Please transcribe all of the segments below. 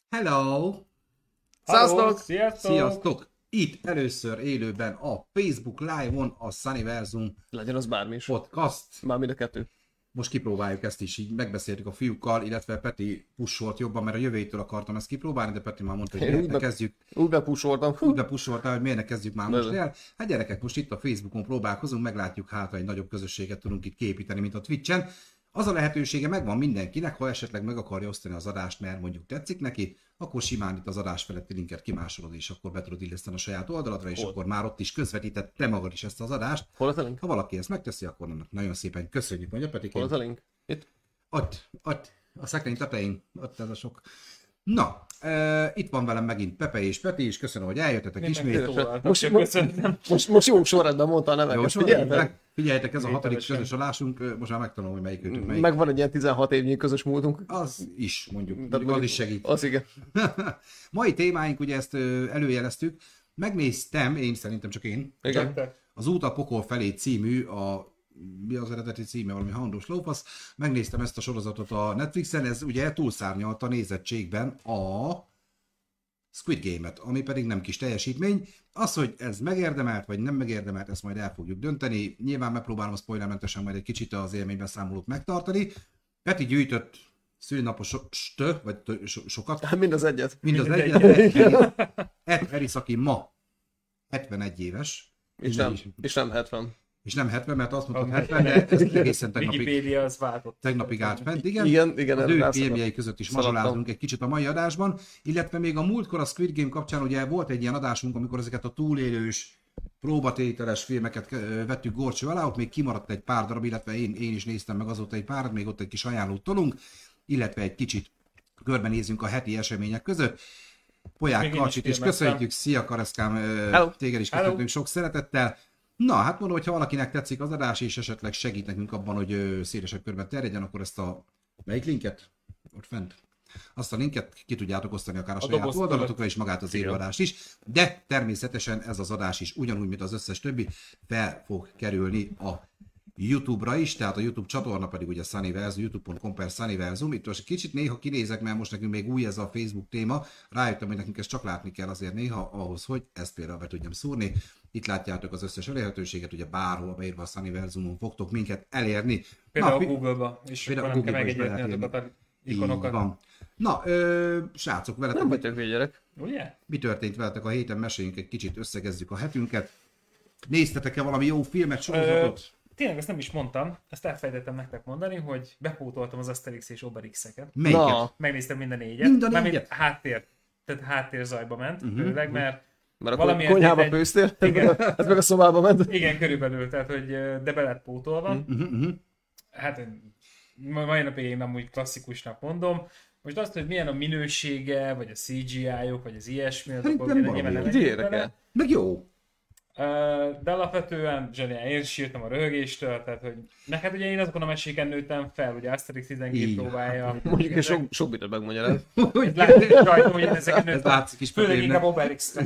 Hello! Sziasztok! Sziasztok! Itt először élőben a Facebook Live-on a Sunnyversum Legyen az bármi is. podcast. Már mind a kettő. Most kipróbáljuk ezt is, így megbeszéltük a fiúkkal, illetve Peti pusholt jobban, mert a jövő héttől akartam ezt kipróbálni, de Peti már mondta, hogy miért ne kezdjük. Úgy bepusoltam. Úgy bepusoltál, hogy miért ne kezdjük már most el. Hát gyerekek, most itt a Facebookon próbálkozunk, meglátjuk hát, egy nagyobb közösséget tudunk itt képíteni, mint a Twitchen. Az a lehetősége megvan mindenkinek, ha esetleg meg akarja osztani az adást, mert mondjuk tetszik neki, akkor simán itt az adás feletti linket kimásolod, és akkor be tudod illeszteni a saját oldaladra, és akkor már ott is közvetített te magad is ezt az adást. Hol a link? Ha valaki ezt megteszi, akkor annak nagyon szépen köszönjük, mondja Peti. Hol a link? Itt? Ott, a szekrény tetején, ott ez a sok. Na, itt van velem megint Pepe és Peti is, köszönöm, hogy eljöttetek ismét. Most jó sorrendben mondta a neveket. Figyeljetek, ez a 6. közös alásunk, most már megtanulom, hogy melyik őtök melyik. Meg van egy ilyen 16 évnyi közös múltunk. Az is, mondjuk az is segít. Az igen. Mai témáink, ugye ezt előjeleztük, megnéztem, én szerintem csak én, Igen. az Út a pokol felé című, mi az eredeti címe, valami Handós Lófasz, megnéztem ezt a sorozatot a Netflixen, ez ugye túlszárnyalt a nézettségben a Squid Game-et, ami pedig nem kis teljesítmény. Az, hogy ez megérdemelt, vagy nem megérdemelt, ezt majd el fogjuk dönteni. Nyilván megpróbálom a spoilermentesen majd egy kicsit az élménybeszámolót megtartani. Peti gyűjtött szülinapos vagy sokat. Mind az egyet. Mind az egyet. Ed Harris, aki ma 71 éves. És nem 70. És nem 70, mert azt mondtam 70, de ez egészen Wikipédia az váltott. Tegnapig állt fent, igen. Igen, az ő filmjei között is mazsolázunk egy kicsit a mai adásban, illetve még a múltkor a Squid Game kapcsán ugye volt egy ilyen adásunk, amikor ezeket a túlélős, próbatételes filmeket vettük górcső alá, ott még kimaradt egy pár darab, illetve én is néztem meg azóta egy párat, még ott egy kis ajánlót tolunk, illetve egy kicsit körbenézünk a heti események között. Polyák Karcsit is köszönjük, szia Kareszkám, téged is köszöntünk sok szeretettel. Na, hát mondom, hogy ha valakinek tetszik az adás, és esetleg segít nekünk abban, hogy szélesebb körben terjedjen, akkor ezt a... Melyik linket? Ott fent. Azt a linket ki tudjátok osztani akár a saját oldalatokra, és magát az élőadást is. De természetesen ez az adás is, ugyanúgy, mint az összes többi, fel fog kerülni a YouTube-ra is, tehát a YouTube csatorna pedig ugye Sunnyversum, youtube.com/Sunnyversum. Itt most kicsit néha kinézek, mert most nekünk még új ez a Facebook téma. Rájöttem, hogy nekünk ezt csak látni kell azért néha ahhoz, hogy ezt például be tudjam szúrni. Itt látjátok az összes elérhetőséget, ugye bárhol beírva a Sunnyversumon fogtok minket elérni. Például Google-ba, és akkor nem kell megegyetni azokat a ikonokat. Van. Na, srácok, veletek... Nem vagyok gyerek. Ugye? Mi történt veletek a héten? Meséljünk egy kicsit, összegezzük a hetünket. Néztetek-e valami jó filmet, sorozatot? Tényleg ezt nem is mondtam, ezt elfelejtettem nektek mondani, hogy bepótoltam az Asterix és Obelix-eket. Melyiket? Na. Megnéztem mind a négyet. Mind a négyet? Tehát háttérzajba ment, főleg, mert a konyhába főztél? Igen. Ez meg a szobába ment? Igen, körülbelül, tehát hogy de be lett pótolva. Hát mai napig én nem úgy klasszikusnak mondom. Most azt, hogy milyen a minősége, vagy a CGI-ok, vagy az ilyesmi, az akkor nyilván nem érdekel. Meg jó. De alapvetően zseniál, én sírtam a röhögéstől, tehát hogy neked ugye én azokon a meséken nőttem fel, ugye Asterix 12 próbálja. Mondjuk és sok bitet megmagyaráz. Látszik rajta, hogy ezeket nőttem. Látszik is. Főleg inkább Obelix.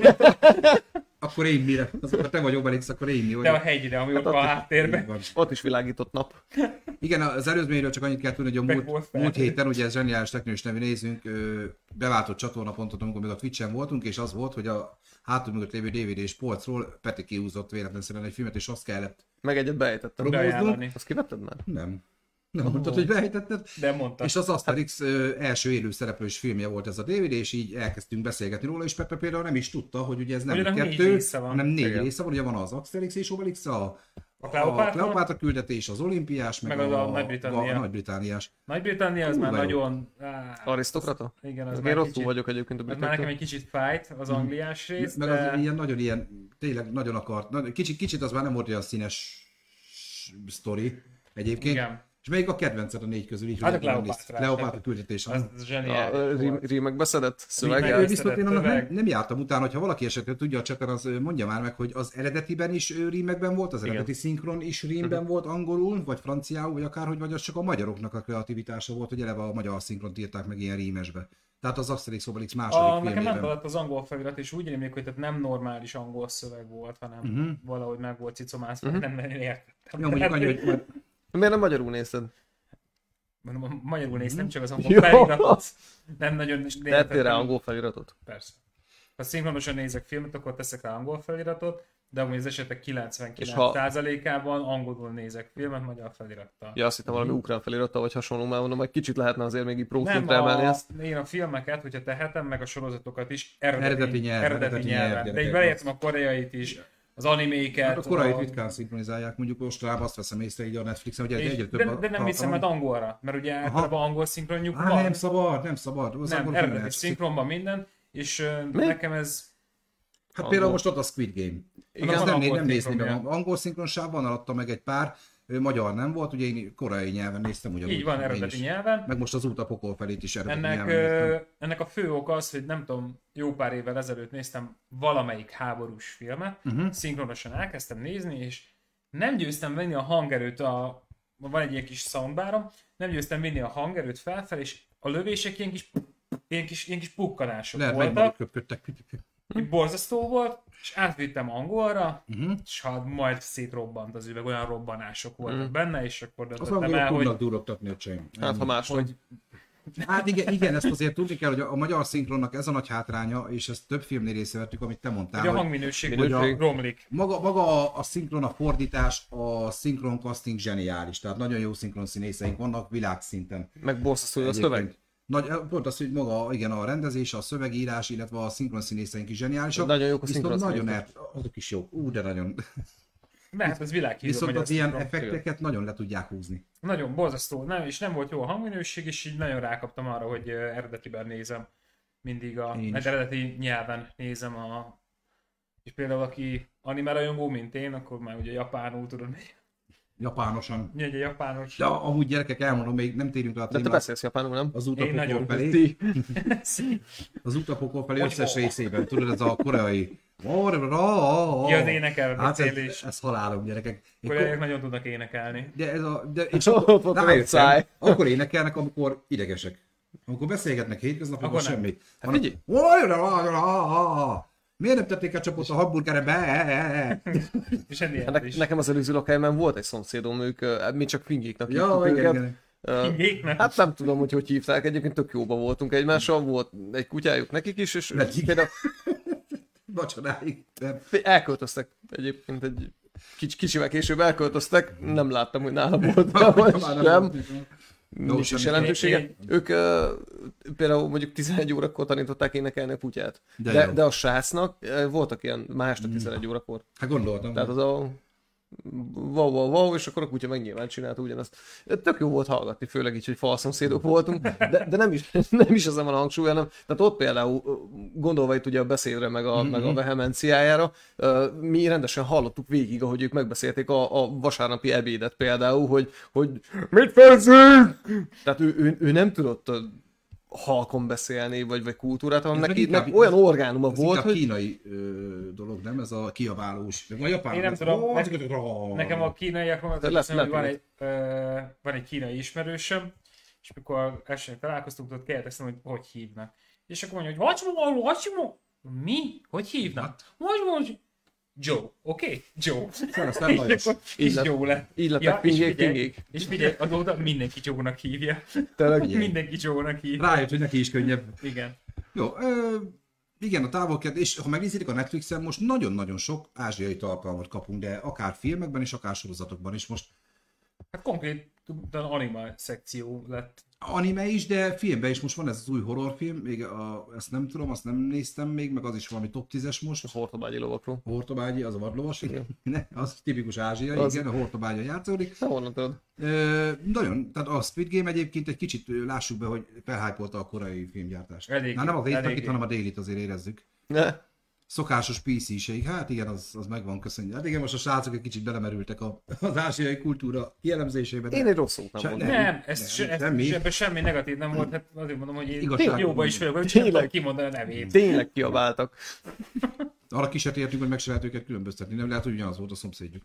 Akkor én mire? Ha te vagy Obelix, akkor én mi? De a hegyre, ami ott van a háttérben. Ott is világított nap. Igen, az előzményről csak annyit kell tudni, hogy a múlt héten, ugye ez zseniális technős nevű nézőnk beváltott csatornapontot, amikor még a Twitchen voltunk, és az volt, hogy a hátul mögött lévő DVD-s polcról Peti kihúzott véletlenszerűen egy filmet, és azt kellett meg egyet beejtettem. Azt kivetted már? Nem. Nem mondtad, hogy beejtetted? De mondtad. És az Asterix első élő szereplős filmje volt ez a DVD, és így elkezdtünk beszélgetni róla, és Pepe például nem is tudta, hogy ugye ez nem ugye 2, hanem 4 része van. Ugye van az Asterix és Obelix, a Kleopátra küldetés, az olimpiás, meg a Nagy-Britanniás. Nagy-Britannia az már nagyon... Arisztokrata? Igen, az én rosszul vagyok egyébként a britáktól. Már nekem egy kicsit fájt az angliás rész, meg az ilyen nagyon ilyen, tényleg nagyon akart. Kicsit az már nem volt olyan színes sztori egyébként. Igen. És melyik a kedvenced a 4 közül? Így, hát a Kleopátra küldetés. Az zseniális. Rímekbe szedett szöveggel. Viszont én annak nem jártam utána, hogyha valaki esetleg tudja a cseten, az mondja már meg, hogy az eredetiben is rímekben volt, az eredeti szinkron is rímben volt angolul, vagy franciául, vagy akárhogy, vagy az csak a magyaroknak a kreativitása volt, hogy eleve a magyar szinkront írták meg ilyen rímesbe. Tehát az Asterix Obelix második filmében. Nekem nem talált az angol felirat, és úgy rémlik, hogy tehát nem normális angol szöveg volt, hanem valahogy meg volt cicomászva, nem nagyon értettem. Jó, mondjuk annyi, hogy... Miért nem magyarul nézted? Magyarul néztem, csak az angol feliratot. nem nagyon... Tettél rá angol feliratot? Persze. Ha szinkronosan nézek filmet, akkor teszek rá angol feliratot, de amúgy az esetek 99%-ában angolul nézek filmet, magyar felirattal. Ja, azt hittem valami ukrán felirattal, vagy hasonló, már mondom, hogy kicsit lehetne azért még így prószintre Nem, emelni ezt. én a filmeket, hogyha tehetem, meg a sorozatokat is Eredeti nyelven. De így beleértem a koreait is, az animéket. Hát a koreait ritkán szinkronizálják, mondjuk mostanában azt veszem észre így a Netflixen, hogy egyre több de nem hiszem, mert angolra, mert ugye általában angol szinkronjuk van. Nem szabad. Nem, eredeti szinkronban minden, és nekem ez... Hát például most ott a Squid Game. Igen, nem nézni meg. Angol szinkronsáv van alatta meg egy pár, magyar nem volt, ugye én koreai nyelven néztem ugyanúgy. Így van, eredeti nyelven. Meg most az Út a pokol felét is eredeti nyelven néztem. Ennek a fő oka az, hogy nem tudom, jó pár évvel ezelőtt néztem valamelyik háborús filmet, szinkronosan elkezdtem nézni, és nem győztem venni a hangerőt, van egy ilyen kis soundbarom, nem győztem vinni a hangerőt felfelé, és a lövések ilyen kis pukkanások voltak. Borzasztó volt, és átvittem angolra, és majd szétrobbant az üveg, olyan robbanások voltak benne, és akkor döntöttem el, hogy... durogtatni a csaim. Hát ha máshogy. Hát igen, ezt azért tudni kell, hogy a magyar szinkronnak ez a nagy hátránya, és ezt több filmnél észrevettük, amit te mondtál. Hogy a hangminőség romlik. Maga a szinkron, a fordítás, a szinkron casting zseniális, tehát nagyon jó szinkron színészeink vannak világszinten. Meg borzasztó a szöveg. Pont az, hogy maga igen, a rendezés, a szövegírás, illetve a szinkron színészeink is zseniálisak. Nagyon jók a szinkron színészek. Azok is jók. De nagyon... Mert ez világhírű. Viszont az ilyen effekteket nagyon le tudják húzni. Nagyon borzasztó. És nem volt jó a hangminőség, és így nagyon rákaptam arra, hogy eredetiben nézem. Mindig eredeti nyelven nézem És például aki anime rajongó, mint én, akkor már ugye japánul tudod Japánosan. Ugye japános. De amúgy gyerekek, elmondom, még nem térünk rá a témát. De te beszélsz japánul, nem? Az Út a pokol felé. Az Út a pokol felé összes részében. Tudod, ez a koreai... Ja, az énekelés. Ez halálom, gyerekek. Koreaiak nagyon tudnak énekelni. Akkor énekelnek, amikor idegesek. Amikor beszélgetnek hétköznapokban semmi. Hát figyelj! Miért nem tették a csapot a hamburgerbe? Nekem az előző lakályban volt egy szomszédom, mi csak fingéknak hívtuk őket. Hát nem tudom, hogy hívták, egyébként tök jóban voltunk egymással, volt egy kutyájuk nekik is, és például... Vacsoráig. Elköltöztek egyébként egy kicsivel később elköltöztek, nem láttam, hogy nálam volt, vagy sem. Nincs is jelentősége. Ők például mondjuk 11 órakor tanították énekelni a kutyát. De a srácnak voltak ilyen már este 11 órakor. Hát gondoltam. Tehát az a wow, és akkor a kutya meg nyilván csinálta ugyanazt. Tök jó volt hallgatni, főleg így, hogy falszomszédok voltunk, de nem is ezen van a hangsúly, hanem tehát ott például gondolva itt ugye a beszédre, meg a vehemenciájára, mi rendesen hallottuk végig, ahogy ők megbeszélték a vasárnapi ebédet például, hogy mit feszünk? Tehát ő nem tudott halkon beszélni, vagy kultúrát, hanem neki olyan orgánuma volt, hogy... kínai dolog, nem? Ez a kiabálós. Vagy japán. Én nem tudom, nekem a kínaiakról hogy van egy kínai ismerősöm, és mikor elsőnek találkoztunk, ott kérdeztem, hogy hívnak. És akkor mondja, hogy mi? Hogy hívnak? Joe, oké? Joe. És Joe lett. Így lettek pingék. És figyelj, azóta mindenki Joe-nak hívja. Mindenki Joe-nak hívja. Rájött, hogy neki is könnyebb. Igen. Jó, igen, a távolkelt, és ha megnézitek a Netflixen, most nagyon-nagyon sok ázsiai tartalmat kapunk, de akár filmekben és akár sorozatokban is most. Hát konkrétan anime szekció lett. Anime is, de filmben is most van ez az új horrorfilm, még ezt nem tudom, azt nem néztem még, meg az is valami top 10-es most. A Hortobágyi lovakról. Hortobágyi, az a vadlovas, ne, az tipikus ázsiai, igen, a Hortobágyi játszódik. Honnan tudod? Nagyon, tehát a Squid Game egyébként egy kicsit lássuk be, hogy felhájpolta a koreai filmgyártást. Nem az itt, hanem a délit azért érezzük. Ne. Szokásos PC-ség, hát igen, az megvan, köszönjük. Hát igen, most a srácok egy kicsit belemerültek az ázsiai kultúra kielemzésébe. Én egy rossz szót nem mondom. Ebben semmi negatív nem volt, hát azért mondom, hogy én jóban is vagyok, hogy tényleg kimondani a nevét. Tényleg kiabáltak. Arra ki se tértünk, hogy meg se lehet őket különböztetni, nem lehet, hogy ugyanaz volt a szomszédjuk,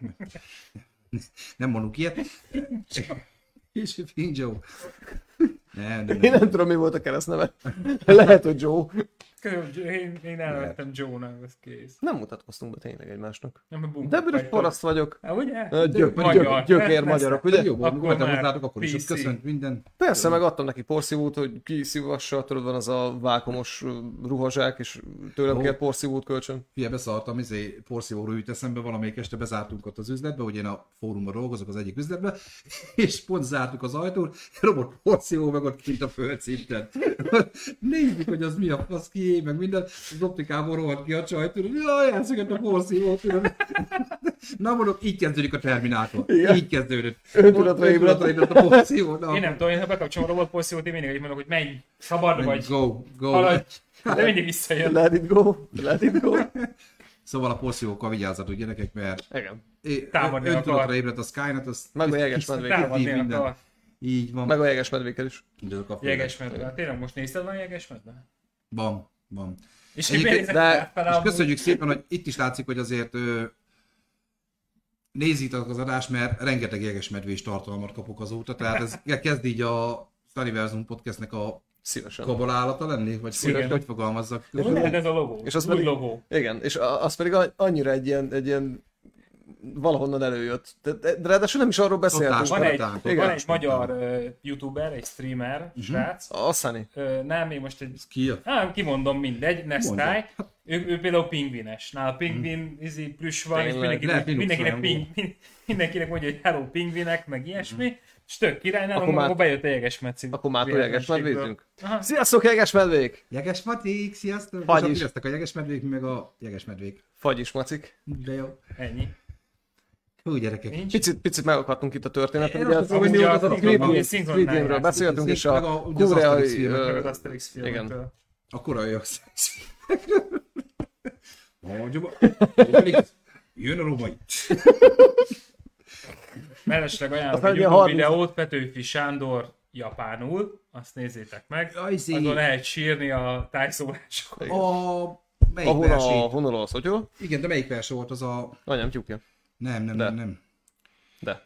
nem mondunk ilyet. És Joe. Én nem tudom, mi volt a keresztneve. Lehet, hogy Joe. Én elvettem Joe-nak, ez kész. Nem mutatkoztunk be tényleg egymásnak. Nem, De bűnös paraszt vagyok. Ugye? Gyökér magyarok, ugye? Jó, Akkor voltam már hozzátok, akkor is PC. köszönt minden. Persze, meg adtam neki porszívót, hogy kiszívassa, tudod, van az a vákomos ruhazsák, és tőlem kell porszívót kölcsön. Fie, beszartam, porszívóról jut eszembe, valamelyik este bezártunk ott az üzletbe, ugye én a fórumban dolgozok az egyik üzletbe, és pont zártuk az ajtót, robott porszívó meg ott kint a földszinten. Nézzük, hogy az mi a fasz kié, meg minden, az optikából rohadt ki a csaj, tudod, jaj, elszögött a porszívót, tudod. Na mondom, így kezdődik a Terminátor. Igen. Így kezdődött. Öntudatra ébredt. a porszívó. Én nem tudom, én ha bekapcsolom a robot porszívót, én mindig mondok, hogy menj, szabad vagy, Go. haladj. De mindig visszajön. Let it go. Szóval a porszívókkal vigyázzatok, gyerekek, mert Igen. Támadni öntudatra akar. ébredt a Skynet, az Meg a jegesmedvékkel. Támadni minden. akar. Így van. Meg a jegesmedvékkel is. Jegesmedve. Hát tényleg most nézted van jegesmedve? Van. És Egyébként- így de- És köszönjük szépen, hogy itt is látszik, hogy azért nézitek az adást, mert rengeteg jegesmedvés tartalmat kapok azóta, tehát ez kezd így a Staniversum podcastnek a Szívesen. kabalálata lenni, vagy Igen. hogy fogalmazzak. Ez a logó. És az Új pedig- logó. Igen, és az pedig annyira egy ilyen valahonnan előjött. De ráadásul nem is arról beszéltünk. Van egy, Igen. van egy magyar youtuber, egy streamer, srác. A Sunny. Nem, én most egy... Ki? kimondom mindegy, Nestai. Mondja. Ő például pingvines. Nála pingvin, plüss van, és Tényleg. Lehet mindenkinek mondja, hogy hello pingvinek, meg ilyesmi. És tök király, Akkor nálunk már- akkor bejött a jegesmedvéd. Akkor már jegesmedvézünk. Aha. Sziasztok, jegesmedvék! Jegesmedvék, sziasztok! Fagy Most is. akkor a jegesmedvék, mi meg a jegesmedvék. Fagyis, macik. De jó. Ennyi. Hú, gyerekek. Nincs. Picit megakadtunk itt a történetet. Én Ugye azt a mondom, hogy mi volt az Squid alkalom? Squid Game-ről beszéltünk, és Meg a ugye az koreai... Asterix filmek, Meg az Asterix filmektől. A korai Jön a római. Mellesleg ajánlok Aztán egy ugye YouTube 30 videót, Petőfi Sándor japánul, azt nézzétek meg. Ajzé. Azon lehet sírni a tájszólásokon. A melyik Ahol a versét? Honoló szotyó. Igen, de melyik vers volt az a... Anyám tyúkja. Nem. De.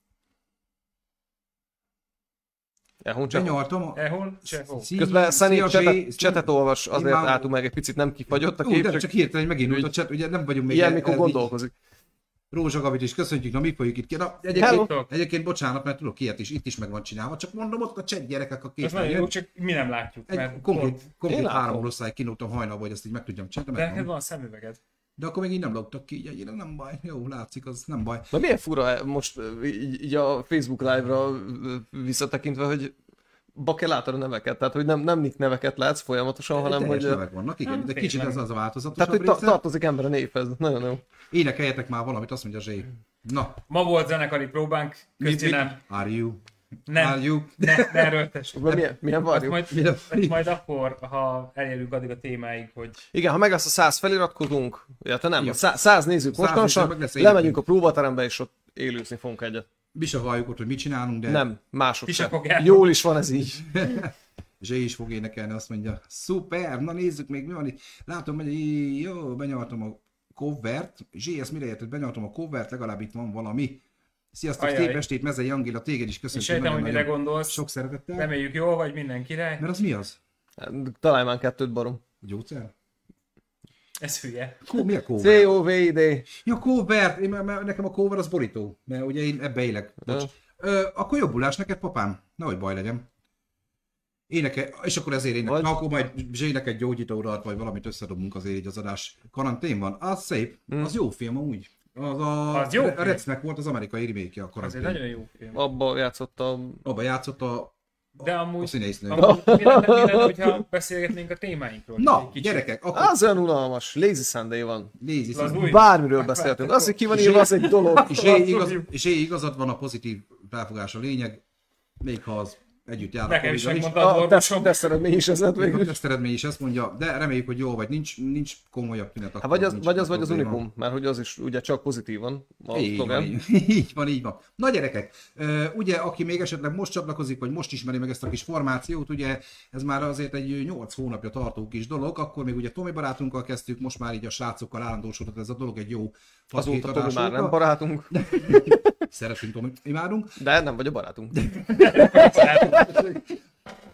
Elhon csak. Benyaltam a... Ehol? Csehó. Közben Sunny Szia, Zsé. csetet olvas, azért Imádom. álltunk meg egy picit, nem kifagyott a Ú, kép, de csak hirtelen, hogy megint a chat, ugye nem vagyunk még... ilyen, mikor így- gondolkozik. Rózsa Gabit is köszöntjük, na mi folyjuk itt ki. Na, Hello. egyébként bocsánat, mert tudok ilyet is, itt is meg van csinálva, csak mondom, ott a chat gyerekek a Ez két nagyon jó, csak mi nem látjuk. egy Mert konkrét Én látom. 3 oroszáig kinúltam hajnalba, hogy ezt így meg tudjam csinálni, De de, neked van a szemüveged. de akkor még így nem logtak ki, így egyre nem baj, jó, látszik, az nem baj. Na milyen fura most így a Facebook Live-ra visszatekintve, hogy ba kell látod a neveket, tehát hogy nem nick neveket látsz folyamatosan, hanem Teljes hogy... nevek vannak, igen, de kicsit ez az a változatosabb Tehát, hogy része. tartozik ember a névhez. Nagyon jó. Énekeljetek már valamit, azt mondja Zsé. Na, Ma volt zenekari próbánk, Közti nem. Are you? Nem. Are you? Ne erőltes. Milyen varjú? Majd akkor, ha elérünk addig a témáig, hogy Igen, ha meg lesz a 100 feliratkozunk, illetve nem, Jó. 100 nézzük 100 mostanában, meg lesz lemegyünk élünk. a próbaterembe, és ott élőzni fogunk egyet. Mi se halljuk ott, hogy mit csinálunk, de Nem, mások ti se sem. fogjátok. Jól is van ez így. Zsé is fog énekelni, azt mondja, szuper, na nézzük még mi van itt. Látom, hogy jó, benyaltam a covert. Zsé, ezt mire érted? Benyaltam a covert, legalább itt van valami. Sziasztok, Ajaj. szép estét, Mezei Angéla, téged is és köszönjük. sejtem, hogy mire nagyon-nagyon gondolsz. Sok szeretettel. Reméljük jól vagy, minden király. Mert az mi az? Találj már 2 barom. Gyógyszer? Ez hülye. Mi a cover? COVD. Ja, cover, nekem a cover az borító, mert ugye én ebbe élek. Bocs. Akkor jobbulás neked, papám? Nehogy baj legyen. Énekel, és akkor ezért énekel. Vagy- Na, akkor majd Zsének egy gyógyítórat, vagy valamit összedobunk azért így az adás. Karantén van. Az szép. Az jó film amúgy. Az jó a film. Recnek volt az amerikai remake-je a Ez egy karantén. nagyon jó film. Abba játszott a... Abba játszott a De amúgy, színésznő. amúgy mi lenne, hogyha beszélgetnénk a témáinkról? Na, Egy kicsit. gyerekek, akkor Az olyan unalmas. Lazy Sunday van. nézi Az új. Bármiről beszéltünk. Az, hogy ki van írva, az egy dolog. Zsé igazad van, a pozitív felfogás a lényeg, még ha az együtt jár a Nekem is Covid-dal megmondta az orvosom. De szeretmény is ez lett Még a végül. teszteredmény is ezt mondja, de reméljük, hogy jó vagy, nincs komolyabb tünet. Hát akkor vagy az, nincs vagy az probléma. unikum, mert hogy az is ugye csak pozitívan. A Így van, szlogen. így van. Na gyerekek, ugye aki még esetleg most csatlakozik, vagy most ismeri meg ezt a kis formációt, ugye ez már azért egy 8 hónapja tartó kis dolog, akkor még ugye Tomi barátunkkal kezdtük, most már így a srácokkal állandósodott ez a dolog egy jó 6-7 Azóta Tomi adás már óta. nem barátunk, Szeretünk Tomi, imádunk. de nem vagy a barátunk.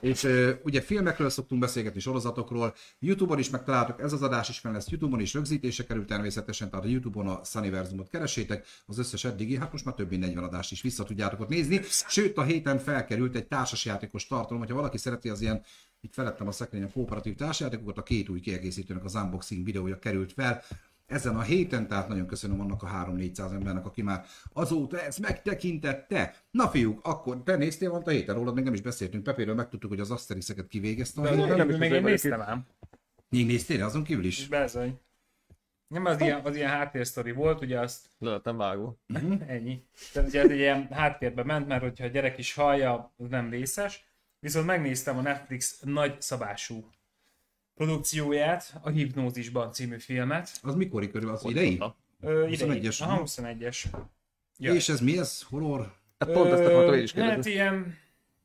És ugye filmekről szoktunk beszélgetni, sorozatokról, YouTube-on is megtaláltok, ez az adás is fenn lesz YouTube-on is, rögzítése kerül természetesen, tehát a YouTube-on a Sunnyverzumot keresétek, az összes eddigi, hát most már több mint 40 adást is vissza tudjátok ott nézni, sőt a héten felkerült egy társasjátékos tartalom, hogyha valaki szereti az ilyen, itt felettem a szekrényen kooperatív társasjátékokat, a 2 új kiegészítőnek az unboxing videója került fel, ezen a héten, tehát nagyon köszönöm annak a 300-400 embernek, aki már azóta ezt megtekintette. Na fiúk, akkor te néztél valamit a héten, rólad még nem is beszéltünk, Pepéről megtudtuk, hogy az Asterixeket kivégezte a héten. Nem, még én néztem ám. Még néztél azon kívül is? Bezony. Nem, az ilyen háttérsztori volt, ugye azt... Lettem vágva. Ennyi. Tehát ugye ez egy ilyen háttérbe ment, mert hogyha a gyerek is hallja, az nem vészes. Viszont megnéztem a Netflix nagyszabású produkcióját, a Hipnózisban című filmet. Az mikori körül? Az idei? 21-es. Aha, 21-es. Ja. És ez mi ez? Horror? Hát pont ezt akartam én is Hát kérdezni. ilyen...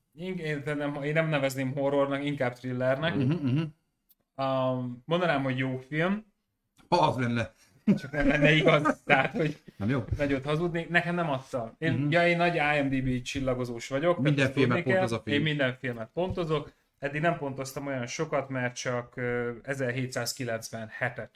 Én nem nevezném horrornak, inkább thrillernek. Mondanám, hogy jó film, Ha az lenne. csak nem lenne igaz, tehát hogy Nem jó? nagyot hazudnék. Nekem nem adta. Én nagy IMDb csillagozós vagyok. Minden tehát filmet tudni kell. pontoz a film. Én minden filmet pontozok. Eddig nem pontoztam olyan sokat, mert csak 1797-et.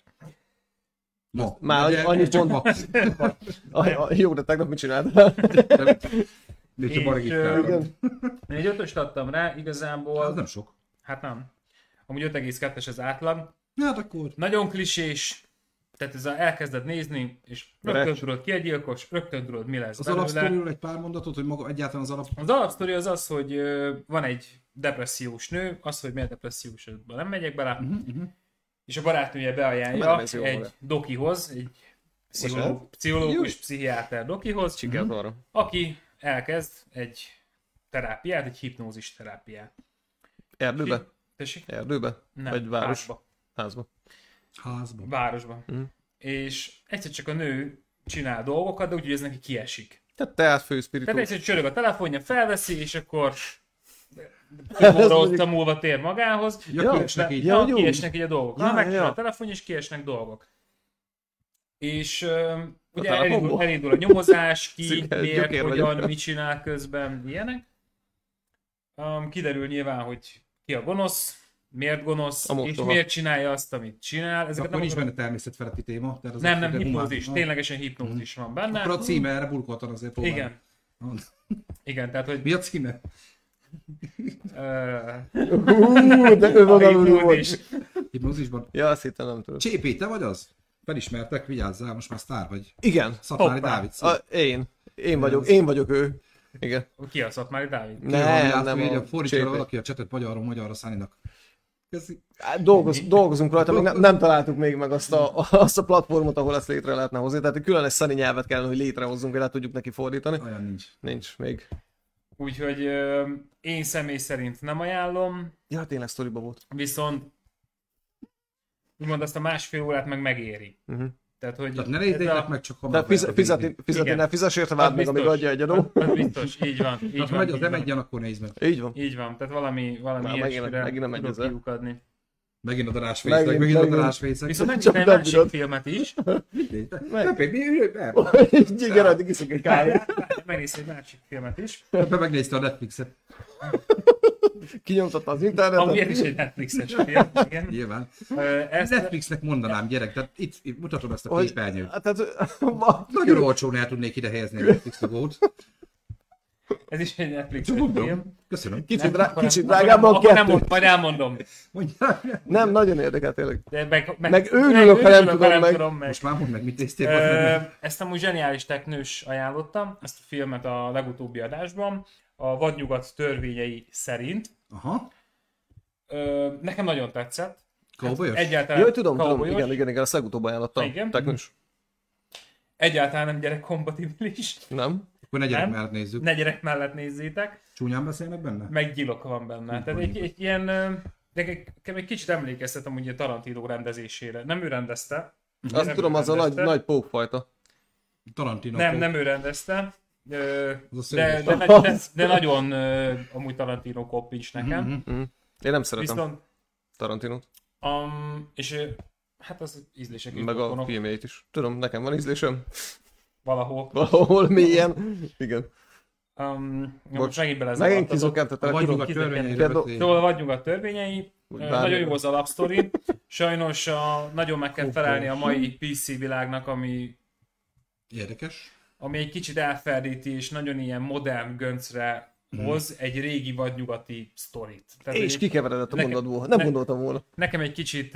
Ma. Már De annyi csak pont. ma. Jó, de tegnap mit csináltál? Még És, csak baragítál. Én egy 5-öst adtam rá, igazából. Az nem sok. Hát nem. Amúgy 5,2-es az átlag. Hát akkor... Nagyon klisés, tehát ez elkezded nézni, és rögtön tudod ki a gyilkos, rögtön tudod mi lesz Az belőle. alapsztoriról egy pár mondatot, hogy maga egyáltalán az alap... Az alapsztori az az, hogy van egy depressziós nő, az, hogy miért depressziós, abban nem megyek bele, és a barátnője Nem, beajánlja ez jó egy volt. dokihoz, egy Bocsánat? pszichológus, pszichiáter dokihoz, Sikert arra. aki elkezd egy terápiát, egy hipnózis terápiát. Erdőbe? Tessék? Erdőbe? Nem, Vagy város? házba. Házba. Házban. Városban. És egyszer csak a nő csinál dolgokat, de úgy, hogy ez neki kiesik. Tehát te fő Tehát spiritus. egyszer csörög a telefonja, felveszi, és akkor több óra ott múlva tér magához. Ja, kiesnek így. Ja, jó. Kiesnek így a dolgok. Ja, Megcsinál ja. a telefonja, és kiesnek dolgok. És ugye telefonból? elindul a nyomozás, ki, Szüket, miért, gyökér hogyan, vagyok. mit csinál közben, ilyenek. Kiderül nyilván, hogy ki a gonosz, miért gonosz, A és mostoha. miért csinálja azt, amit csinál. Ezeket Akkor nincs akarom- benne természetfeletti téma. Tehát az nem, abszolút hipnózis, humán. ténylegesen hipnózis van benne. Akkor a címe erre burkoltan azért próbálom. Igen. Igen, tehát hogy... Mi a címe? De ő van alul hipnózis. volt. Hipnózisban. Ja, azt hittem nem tudod. Csépé, te vagy az? Felismertek, vigyázzál, most már sztár vagy. Igen. Szatmári Hoppá. Dávid. Szó. Én vagyok ő. Igen. Ki a Szatmári Dávid? Nem Fordítsa Csépé. valaki a csetet magyarról magyarra Száninak. Köszi. Hát dolgozunk rajta, még nem találtuk még meg azt a platformot, ahol ezt létre lehetne hozni. Tehát egy külön egy Sunny nyelvet kellene, hogy létrehozzunk, hogy le tudjuk neki fordítani. Olyan nincs. Nincs még. Úgyhogy én személy szerint nem ajánlom, Ja, tényleg sztoriba volt. viszont úgymond azt a másfél órát meg megéri. Tehát, hogy Tehát ne nézzétek meg, csak De hamar. fizetni Igen. ne fizess érte, váld Az meg, amíg biztos. adja egy adó. Az biztos, így van. Így Tehát van, megy az így van. M1-en, akkor nézd meg. Így van. Így van, tehát valami Már ilyesmire megint nem tudok egyezzel. kiukadni. Megint a darásfészek, megint a megint. darásfészek. Viszont Csak megnéztem egy nem másik bírod. filmet is. Pepe, mi ülj be? Igen, addig iszok egy kávét. Megnéztem egy másik filmet is. Pepe megnézte a Netflixet. Kinyomtatta az Ami internetet. is egy Netflixes film. Igen. Nyilván. Ezt, Netflixnek mondanám, gyerek, tehát itt mutatom ezt a Hogy- képernyőt. Hát, tehát, Nagyon olcsón el tudnék ide helyezni a Netflix logót. ez is egy Netflixes Mondom. film. Köszönöm. kicsit drágábban Akkor nem kettő. mond, majd elmondom. Mondjál. Nem, nagyon érdekel tényleg. De Meg őrülök, ha nem tudom meg. tudom meg. Most már mondd meg, mit néztél. Meg. Ezt amúgy zseniális teknős ajánlottam, ezt a filmet a legutóbbi adásban, a Vadnyugat törvényei szerint. Aha. Nekem nagyon tetszett. Cowboyos? Egyáltalán Jaj, tudom, cowboyos, igen, azt legutóbb ajánlottam. Igen. Teknős. Egyáltalán nem gyerekkompatibilis. Nem? Akkor ne gyerek Nem? mellett nézzük. Ne gyerek mellett nézzétek. Csúnyán beszélnek benne? Meg gyilok van benne. Tehát egy ilyen... Nekem egy kicsit emlékeztetem ugye Tarantino rendezésére. Nem ő rendezte. Azt Nem tudom, ő az a rendezte. nagy pókfajta. Tarantino. Nem ő rendezte. Az a De, szörnyű. de nagyon amúgy Tarantino koppincs nekem. Én nem szeretem Viszont Tarantinót. és hát az ízlések is Meg a rokonok filmjeit is. Tudom, nekem van ízlésem. valahol. Valahol mélyen. Igen. Most megint megint kizökkentettek. Vagyunk a törvényeiről. Szóval vagyunk a törvényei. Nagyon jó az alapsztori. Sajnos nagyon meg kell felelni a mai PC világnak, ami érdekes. Ami egy kicsit elferdíti és nagyon ilyen modern göncre hoz egy régi vadnyugati sztorit. És kikeveredett a mondatból. Nem gondoltam volna. Nekem egy kicsit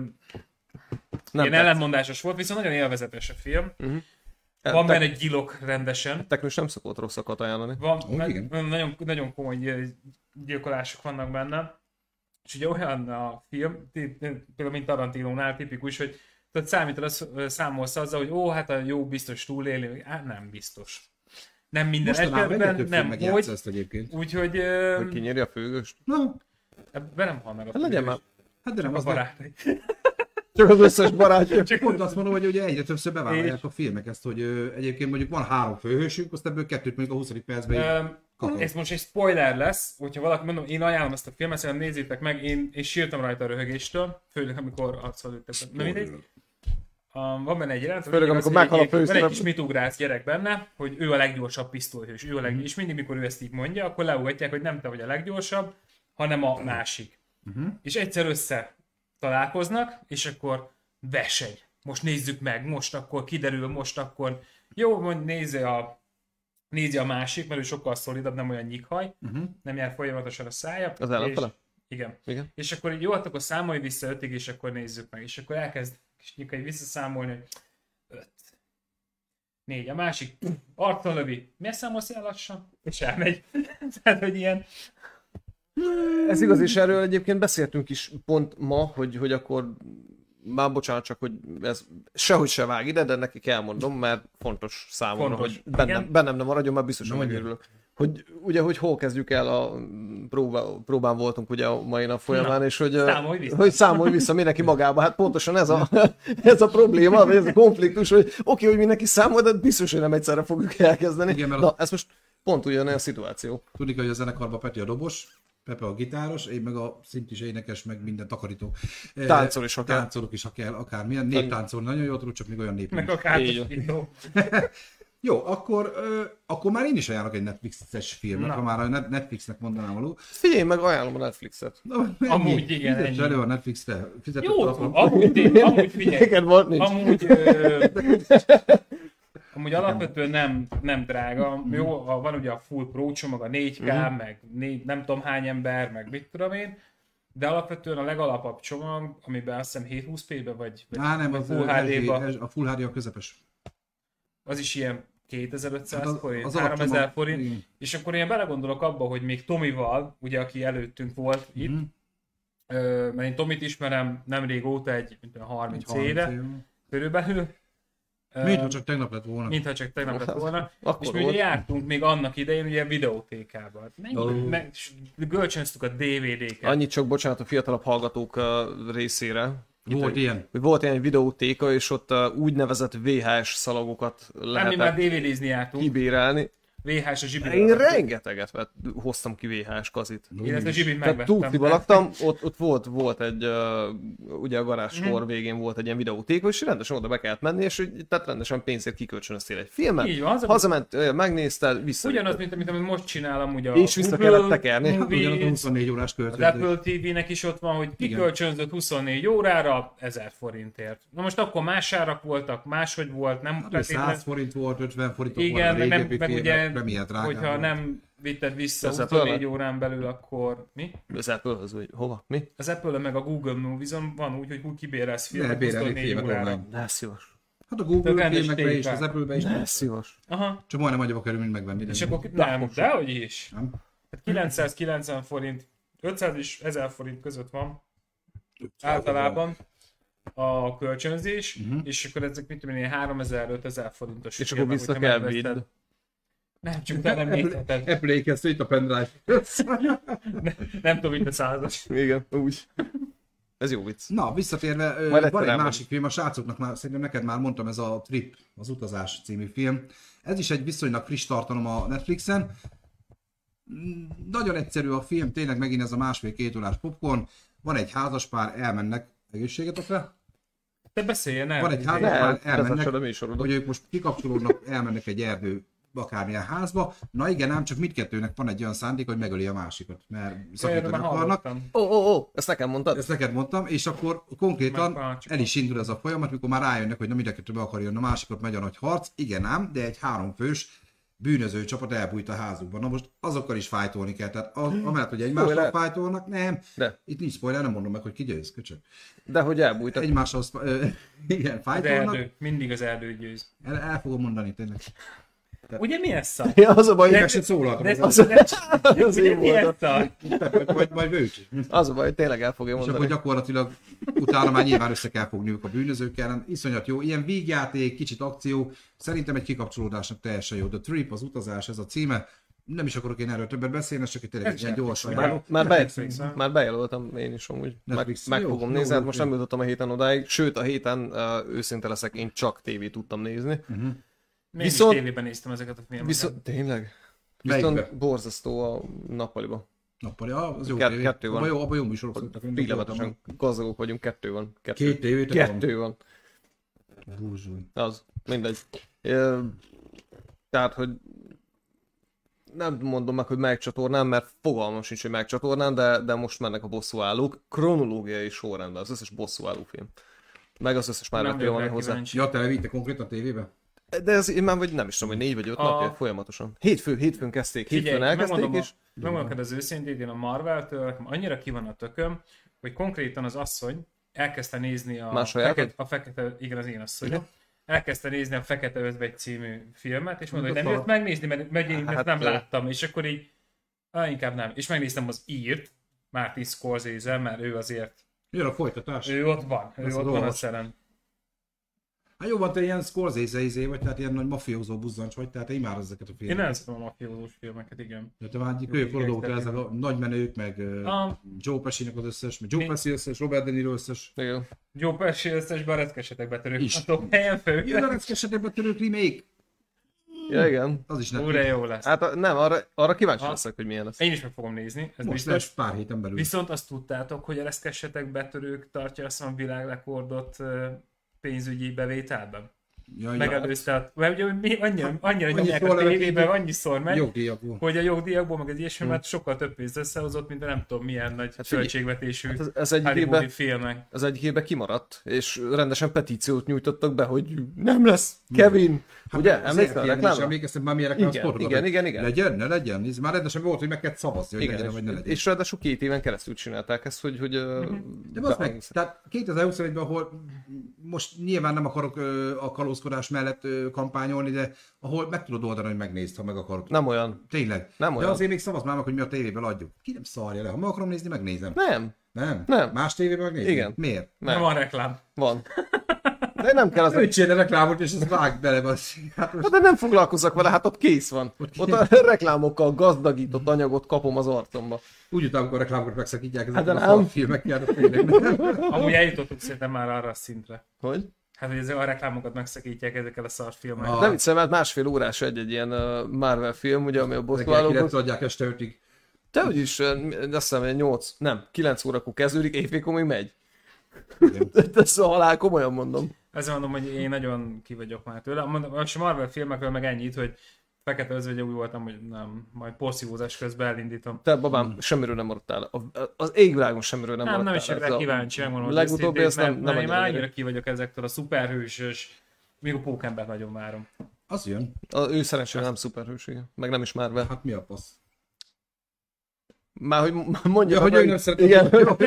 ilyen ellentmondásos volt, viszont nagyon élvezetes a film. Van benne egy gyilok rendesen. Teknős nem szokott rosszakat ajánlani. Nagyon, nagyon komoly gyilkolások vannak benne. És ugye olyan a film, például mint Tarantinónál tipikus, hogy számolsz azzal, hogy hát a jó biztos túlélni, hát nem biztos. Nem minden esetben, nem hogy. Úgyhogy... Hogy kinyeri a főgöst? No. Ebben nem hal meg a főgöst. Legyen már. Hát de nem az barátai. Csak az összes barátja. Csak pont azt mondom, hogy ugye egyre többször bevállalják a filmek ezt, hogy egyébként mondjuk van 3 főhősünk, azt ebből 2 mondjuk a 20. percben ez most egy spoiler lesz, hogyha valaki, mondom, én ajánlom ezt a filmet, szerintem nézzétek meg, én sírtam rajta a röhögéstől, főleg amikor arccal lőttek. Van benne egy jelent, főleg amikor meghal a főszereplő. Van egy kis mitugrász gyerek benne, hogy ő a leggyorsabb pisztolyhős, és mindig, mikor ő ezt így mondja, akkor leugatják, hogy nem te vagy a leggyorsabb, hanem a másik. És egyszer össze találkoznak, és akkor verseny. Most nézzük meg, most akkor kiderül, most akkor jó, mondj, nézi a másik, mert ő sokkal szolidabb, nem olyan nyikhaj, nem jár folyamatosan a szája. Az ellenfele? Igen. És akkor így jó, akkor számolj vissza 5-ig, és akkor nézzük meg. És akkor elkezd kis nyikai visszaszámolni, hogy 5, 4, a másik arcon lövi. Miért számolsz ilyen lassan? És elmegy. Tehát, hogy ilyen... Ez igaz, és erről egyébként beszéltünk is pont ma, hogy akkor már bocsánat, csak hogy ez sehogy se vág ide, de nekik elmondom, mert fontos számomra, hogy bennem nem maradjon, mert biztosan megörülök. Hogy ugye, hogy hol kezdjük el a próbán voltunk ugye a mai nap folyamán, és hogy számolj vissza mindenki magába. Hát pontosan ez a probléma, vagy ez a konfliktus, hogy oké, hogy mindenki számol, de biztos, hogy nem egyszerre fogjuk elkezdeni. Igen, na, ez most pont ugyanolyan szituáció. Tudni, hogy a zenekarban Peti a dobos, Pepe a gitáros, én meg a szintis énekes, meg minden takarító. Táncol is, ha kell. Táncolok is, ha kell, akármilyen. Néptáncolni nagyon jól tudok, csak még olyan népünk. Meg a kártyasító. Jó, akkor már én is ajánlok egy Netflix-es filmet, ha már a Netflixnek mondanám való. Figyelj meg, ajánlom a Netflixet. Amúgy igen, ennyi. Elő a Netflixre. Jó, amúgy figyelj. Amúgy alapvetően nem drága. Jó, van ugye a Full Pro csomag, a 4K, meg nem tudom hány ember, meg mit tudom én. De alapvetően a legalapabb csomag, amiben azt hiszem 720p-be vagy nem, Full HD-ba. A Full HD a közepes. Az is ilyen 2500 forint, 3000 forint, és akkor én belegondolok abba, hogy még Tomival, ugye aki előttünk volt itt, mert én Tomit ismerem nem régóta, egy 30 éve körülbelül. Mintha csak tegnap lett volna. És mi ugye jártunk még annak idején ugye videótékában. Gölcsönztük a DVD-ket. Annyit csak, bocsánat, a fiatalabb hallgatók részére. Volt ilyen. Volt ilyen videótéka, és ott úgynevezett VHS szalagokat lehetett mi már DVD-zni jártunk. Kibérelni. VHS a zsibire. Én rengeteget hoztam ki VHS kazit. Én ezt a zsibit megvettem. Túlkliba laktam, ott volt egy, ugye a garázskor végén volt egy ilyen videótéka, és rendesen oda be kellett menni, és tehát rendesen pénzért kikölcsönöztél egy filmet. Így van, hazament, megnézted, visszavitted. Ugyanaz, mint amit most csinálom, ugye a és vissza kellett tekerni. Ugyanaz a 24 órás kölcsönzés. Az Apple TV-nek is ott van, hogy kikölcsönzött 24 órára 1000 forintért. Na most akkor más árak voltak, máshogy volt, nem... 100 forint volt, 50 forint volt. Igen, meg ugye, hogyha nem vitted vissza 24 órán belül, akkor mi? Az Apple-höz, vagy hova? Mi? Az Apple meg a Google Movies-on van úgy, hogy kibérelsz filmet bérelni 24 órára. De szívas. Hát a Google filmekbe is, az Apple-be is. De szívas. Aha. Csak majdnem annyiba kerül, mint megvenni. És akkor nem, dehogy is. Nem. Hát 990 forint, 500 és 1000 forint között van általában a kölcsönzés, és akkor ezek mit tudom én, 3000-5000 forintos. És akkor vissza kell vidd. Nem, csak utána nem nézheted. Apple-ékeztő itt a pendrive. Nem tudom, itt a 100-as. Igen, úgy. Ez jó vicc. Na, visszatérve, van egy másik film, a srácoknak már, szerintem neked már mondtam, ez a Trip, az Utazás című film. Ez is egy viszonylag friss tartalom a Netflixen. Nagyon egyszerű a film, tényleg megint ez a 1,5-2 órás popcorn. Van egy házaspár, elmennek, egészségetokra? Te beszéljen el. Van egy házaspár, elmennek, hogy ők most kikapcsolódnak, elmennek egy erdő akármilyen házba. Na igen, ám csak mindkettőnek van egy olyan szándék, hogy megöli a másikat, mert szakítani akarnak. Ezt nekem mondtad? Ezt neked mondtam, és akkor konkrétan el is indul ez a folyamat, mikor már rájönnek, hogy na mindkettő be akar jönni, a másikot megy a nagy harc. Igen ám, de egy 3 fős bűnöző csapat elbújt a házukban. Na most azokkal is fájtolni kell, tehát amellett, hogy egymással fájtolnak, nem. De. Itt nincs spoiler, nem mondom meg, hogy ki győz, köcsög. De hogy elbújtak. Egymással igen, fájtolnak. Mindig az erdő győz. El fogom mondani tényleg. Ugye mi ez szar? Ja, az a baj, Meg se szólaltam. az én voltam. Vagy vőcs. Az a baj, hogy tényleg el fogja És mondani. akkor gyakorlatilag utána már nyilván össze kell fogniuk a bűnözőkkel. Iszonyat jó, ilyen vígjáték, kicsit akció. Szerintem egy kikapcsolódásnak teljesen jó. The Trip, az utazás, ez a címe. Nem is akarok én erről többet beszélni, csak egy tényleg ilyen gyors ajánló. Már bejelöltem én is amúgy. Meg fogom nézni, hát most nem jutottam a héten odáig. Sőt, a héten őszinte leszek, én csak tévét tudtam nézni. Viszont tévében néztem ezeket a filmeket. Tényleg? Viszont borzasztó a nappaliba. Nappali, az jó tévé. Kettő van. Abban jó műsorok szoktak. Billetesen gazdagok vagyunk, 2 van. 2 tévétek van? 2 van. Búzsulj. Az, mindegy. Tehát, hogy nem mondom meg, hogy melyik csatornán, mert fogalmam sincs, hogy melyik csatornán, de most mennek a bosszúállók. Kronológiai sorrendben, az összes bosszúálló film. Meg az összes már film van hozzá. Ja, te levitte konkrétan a tévébe? De ez én már nem is tudom, hogy 4 vagy 5 napja folyamatosan. Hétfőn kezdték, hétfőn elkezdték és... Megmondom az őszintét, én a Marvel-től annyira ki van a tököm, hogy konkrétan az asszony elkezdte nézni a fekete, igen, az én asszonyom, elkezdte nézni a Fekete Özvegy című filmet, és mondta, hogy nem jött megnézni, mert én nem láttam, és akkor így, inkább nem. És megnéztem az írt, Martin Scorsese, mert ő azért... Jön a folytatás. Ő ott van a szeren. Hát jó van, te ilyen Scorsese vagy, tehát ilyen nagy mafiózó buzzancs vagy, tehát imádod ezeket a filmeket. Én nem szeretem a mafiózós filmeket, igen. De te már egy kőforgót ezek a nagy menők, meg Joe Pesci-nek az összes, meg Joe Pesci összes, Robert De Niro összes. Igen. Joe Pesci összes, be a Recessetek betörők. A top helyen fők. Jön a Recessetek betörők remake. Ja, igen. Az is nem. Úr, jó lesz. Hát nem, arra kíváncsi leszek, hogy milyen lesz. Én is meg fogom nézni. Ez most lesz pár héten belül. Viszont azt tudtátok, hogy a Recessetek betörők tartja azt a világrekordot pénzügyi bevételben. Megelőzte, mert ugye annyira nyomják a tévében, annyiszor megy, hogy a jogdíjakból, meg az ilyesmi, mert sokkal több pénzt összehozott, mint a nem tudom milyen nagy költségvetésű hollywoodi filmek. Az egyik évben kimaradt, és rendesen petíciót nyújtottak be, hogy nem lesz Kevin. Ugye? Emlékszel a reklámra? Emlékeztem már milyen reklámszportot. Igen. Legyen, ne legyen. Nézd, már rendesen volt, hogy meg kell szavazni, hogy legyen, vagy ne legyen. És ráadásul 2 éven keresztül csinálták ezt, hogy de az meg, tehát 2021-ben, ahol most nyilván nem akarok a kalózkodás mellett kampányolni, de ahol meg tudod oldani, hogy megnézd, ha meg akarod. Nem olyan. Tényleg. Nem de olyan. azért még szavazd már meg, hogy mi a tévéből adjuk. Ki nem szarja le. Ha meg akarom nézni, megnézem. Nem. Más tévében megnézni? Igen. Miért? Nem. Van reklám. Van. De nem kell az... Ő csinál reklámot, és ezt vág bele. Hát de nem foglalkozzak vele, hát ott kész van. Ott a reklámokkal gazdagított anyagot kapom az arcomba. Úgy utána, amikor a reklámokat megszakítják, ezek hát a szarfilmekkel. Amúgy eljutottuk szerintem már arra a szintre. Hogy? Hát, hogy a reklámokat megszakítják ezekkel a szarfilmekkel. Nem viccem, mert 1,5 órás egy ilyen Marvel film, ugye, ami a bosszúállókhoz. adják este 5-ig. Te úgyis, azt hiszem, 9 órakor kezdődik, éjfélkor még megy. Ez a halál, komolyan mondom. Ezzel mondom, hogy én nagyon ki vagyok már tőle. Most a Marvel filmekről meg ennyit, hogy Fekete Özvegy úgy voltam, hogy nem, majd porszívózás közben elindítom. Te babám, semmiről nem maradtál. Az égvilágon semmiről nem maradtál. Nem is értek kíváncsi, megmondom. Legutóbbi ezt nem én már annyira ki vagyok ezektől a szuperhősös, még a Pókembert nagyon várom. Az jön. Ő szerencsére nem szuperhős, meg nem is Marvel. Hát mi a passz? Már hogy mondja, hogy ő nem szeretem. Igen,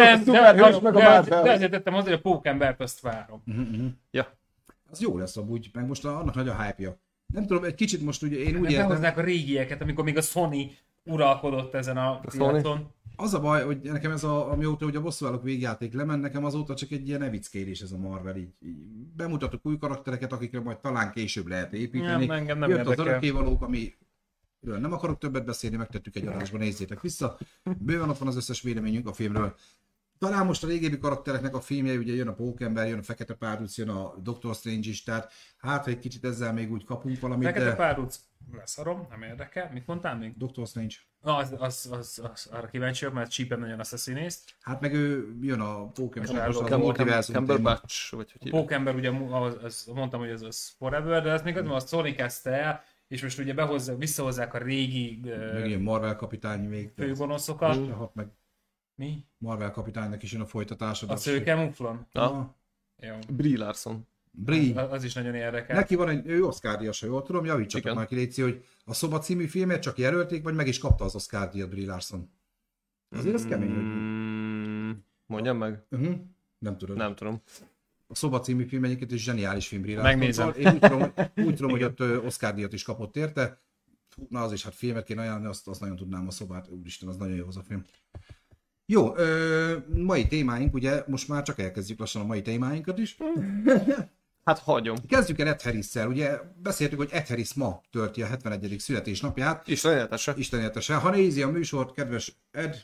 de ezért tettem az, hogy a Pókembert azt várom. Ja. Az jó lesz amúgy, meg most annak nagy a hype-ja. Nem tudom, egy kicsit most ugye én úgy értem... Behoznák a régieket, amikor még a Sony uralkodott ezen a piacon. Az a baj, hogy nekem ez amióta ugye a bosszúállók végjáték lement, nekem azóta csak egy ilyen evickélés ez a Marvel. Így bemutatok új karaktereket, akikre majd talán később lehet építeni. Engem nem jött az örökkévalók, ami... Nem akarok többet beszélni, megtettük egy adásban, nézzétek vissza. Bőven ott van az összes véleményünk a filmről. Talán most a régebbi karaktereknek a filmje, ugye jön a Pókember, jön a Fekete Párduc, jön a Doctor Strange is, tehát hát egy kicsit ezzel még úgy kapunk valamit. Fekete Párduc leszarom, nem érdekel. Mit mondtál még? Doctor Strange. Az arra kíváncsi vagyok, mert csípen nagyon azt a színészt. Hát meg ő jön a Pókember, most a multiverzum téma. Pókember ugye, mondtam, hogy az Forever, de ezt még az Sony kezdte el, és most ugye visszahozzák a régi meg ilyen Marvel kapitány még. főgonoszokat. Meg Mi? Marvel kapitánynak is jön a folytatása. A szőke muflon? Jó. Brie Larson. Brie. Az is nagyon érdekel. Neki van ő Oscar-díjas, ha jól tudom, javítsatok már ki, Léci, hogy a Szoba című filmet csak jelölték, vagy meg is kapta az Oscar-díjat Brie Larson. Azért ez kemény, hogy... Mondjam meg. Nem tudom. Nem tudom. A Szoba című film egyébként egy zseniális film Brie Larson. Megnézem. Én úgy tudom, hogy ott Oscar-díjat is kapott érte. Na az is, hát filmet kéne ajánlani, azt nagyon tudnám, a Szobát. Úristen, az nagyon jó az a film. Jó, mai témáink, ugye most már csak elkezdjük lassan a mai témáinkat is. Hát hagyom. Kezdjük el Ed Harris-szel. Ugye beszéltük, hogy Ed Harris ma tölti a 71. születésnapját. Istenéltesen. Ha nézi a műsort, kedves Ed,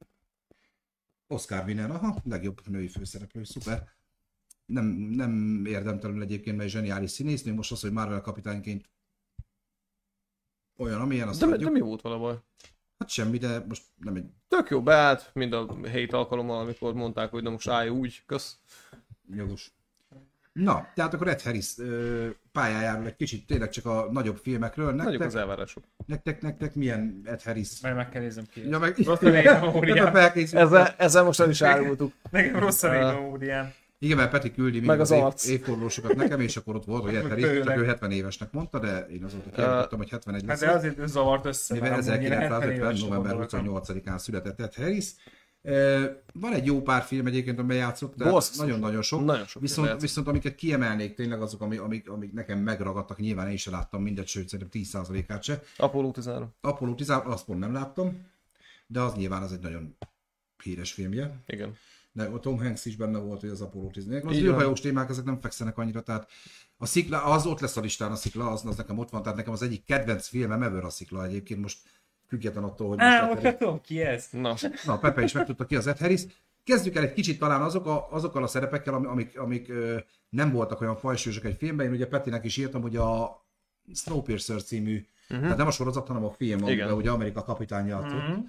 Oscar winner, legjobb női főszereplő, szuper. Nem érdemtelenül egyébként, mert zseniális színésznő, most az, hogy Marvel kapitányként olyan, amilyen, azt de mi volt vele baj? Hát semmi, de most nem egy... Tök jó beállt, mind a 7 alkalommal, amikor mondták, hogy na most állj úgy, kösz. Jogos. Na, tehát akkor Ed Harris pályájáról egy kicsit tényleg csak a nagyobb filmekről. Nagyobb az elvárások. Nektek milyen Ed Harris? Majd meg kell néznem ki. Ja, meg... Rossz a memóriám. Ezzel most el is árultuk. Nekem rossz a memóriám. Igen, mert Peti küldi meg az évfordulósokat nekem, és akkor ott volt, hogy Ed Harris, csak ő 70 évesnek mondta, de én azóta kijelöltem, hogy 71 lesz. Hát de azért ő zavart össze. Mivel 1950. november 28-án született Ed Harris. Van egy jó pár film egyébként, amely játszott, de nagyon-nagyon sok. Viszont amiket kiemelnék tényleg azok, amik nekem megragadtak, nyilván én is láttam mindegy, sőt szerintem 10%-át se. Apollo 13. Apollo 13, azt pont nem láttam, de az nyilván az egy nagyon híres filmje. Igen. De a Tom Hanks is benne volt, hogy az Apollo 13. Az űrhajós témák, ezek nem fekszenek annyira, tehát a Szikla, az ott lesz a listán, a Szikla, az nekem ott van, tehát nekem az egyik kedvenc filmem ever a Szikla egyébként most. Független attól, hogy most tudom ki ez. Na, Pepe is megtudta ki az Ed Harris. Kezdjük el egy kicsit talán azokkal a szerepekkel, amik nem voltak olyan fajsúlyosak egy filmben. Én ugye Petinek is írtam, hogy a Snowpiercer című, tehát nem a sorozat, hanem a film, amiben ugye Amerika kapitány játszott,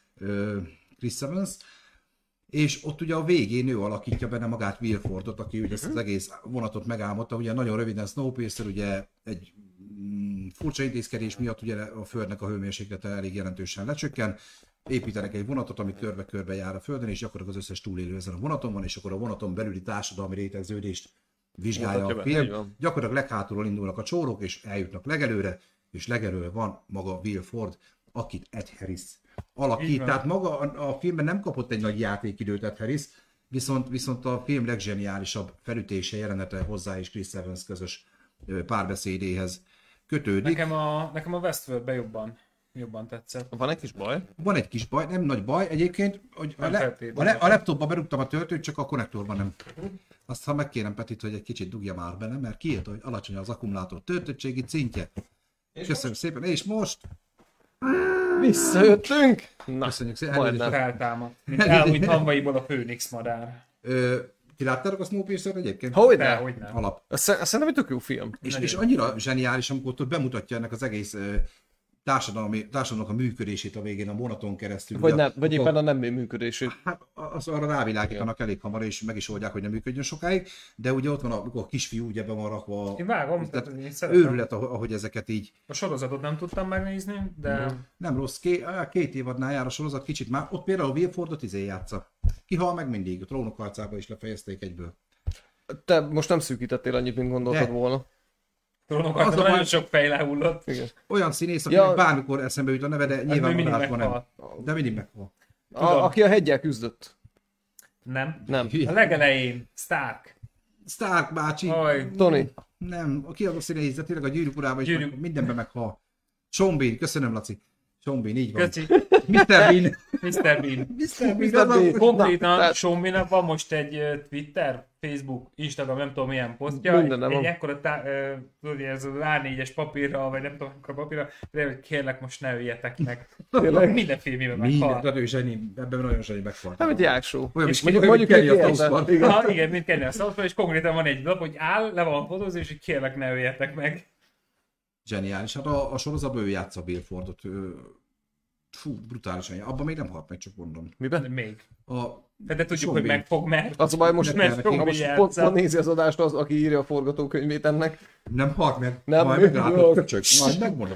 Chris Evans. És ott ugye a végén ő alakítja benne magát Will Fordot, aki ugye ezt az egész vonatot megálmodta. Ugye nagyon röviden Snowpiercer, ugye egy furcsa intézkedés miatt ugye a Földnek a hőmérséklete elég jelentősen lecsökken, építenek egy vonatot, ami körbe-körbe jár a Földön, és gyakorlatilag az összes túlélő ezen a vonaton van, és akkor a vonaton belüli társadalmi rétegződést vizsgálja a film. Gyakorlatilag leghátulról indulnak a csórók, és eljutnak legelőre, és legelőre van maga Will Ford, akit Ed Harris alakít. Tehát maga a filmben nem kapott egy nagy játékidőt Ed Harris, viszont a film leggeniálisabb felütése, jelenete hozzá és Chris Evans közös párbeszédéhez kötődik. Nekem a Westworldben jobban tetszett. Van egy kis baj? Van egy kis baj, nem nagy baj. Egyébként hogy a laptopba berúgtam a töltőt, csak a konnektorban nem. Azt ha megkérem Petit, hogy egy kicsit dugja már bele, mert kiírta, hogy alacsony az akkumulátor töltöttségi szintje. Köszönöm szépen, és most... Visszajöttünk! Na, köszönjük szépen. Feltámadt. Mint elújt hamvaiból a Főnix madár. Ti láttátok a Snowpiercer egyébként? Hogyne. Alap. Azt szerintem egy tök jó film. És annyira zseniális, amikor ott bemutatja ennek az egész társadalomnak a működését a végén a vonaton keresztül. Vagy éppen a nem működését. Hát arra rávilágítanak elég hamar, és meg is oldják, hogy nem működjön sokáig, de ugye ott van a kisfiú, ugye be van rakva. Én vágom, én szeretem. Őrület, ahogy ezeket így. A sorozatot nem tudtam megnézni, de... Nem rossz, két évadnál jár a sorozat, kicsit már. Ott például Will Fordot játsza. Kihal meg mindig, a Trónok harcába is lefejezték egyből. Te most nem szűkítettél annyit, mint gondoltad volna. Az nagyon sok fej lehullott. Olyan színész, akinek bármikor eszembe jut a neve, de nyilván adásban nem. De mindig meghal. Aki a heggyel küzdött. Nem. A legelején. Stark bácsi. Tony. Nem, ki az a színész, de tényleg a Gyűrűk urában is mindenben meghal. Sean Bean, köszönöm Laci. Sean Bean, így van. Köszi. Mr. Bean. Mr. Bean. Konkrétan Sean Beannek van most egy Twitter, Facebook, Instagram, nem tudom milyen posztja. Egy ekkora ez az A4-es papírra, vagy nem tudom, ekkora papírra, de kérlek most ne öljetek meg. Minden filmében meghal. Minden, ő zseni, ebben nagyon zseni meghalt. Nem egy jáksó. Mondjuk Kenny a Southban. Igen, mint Kenny a Southban, és konkrétan van egy lap, hogy áll, le van fotózni, és kérlek ne öljetek meg. Zseniális. Hát a sorozatban ő játsza Bill Fordot. Brutálisan. Abban még nem halt meg, csak mondom. Miben? Még. de tudjuk, hogy megfog, mert... Az a baj, most pont nézi az adást az, aki írja a forgatókönyvét ennek. Nem halt meg. Nem, majd meglátod, köcsög. Majd megmondom.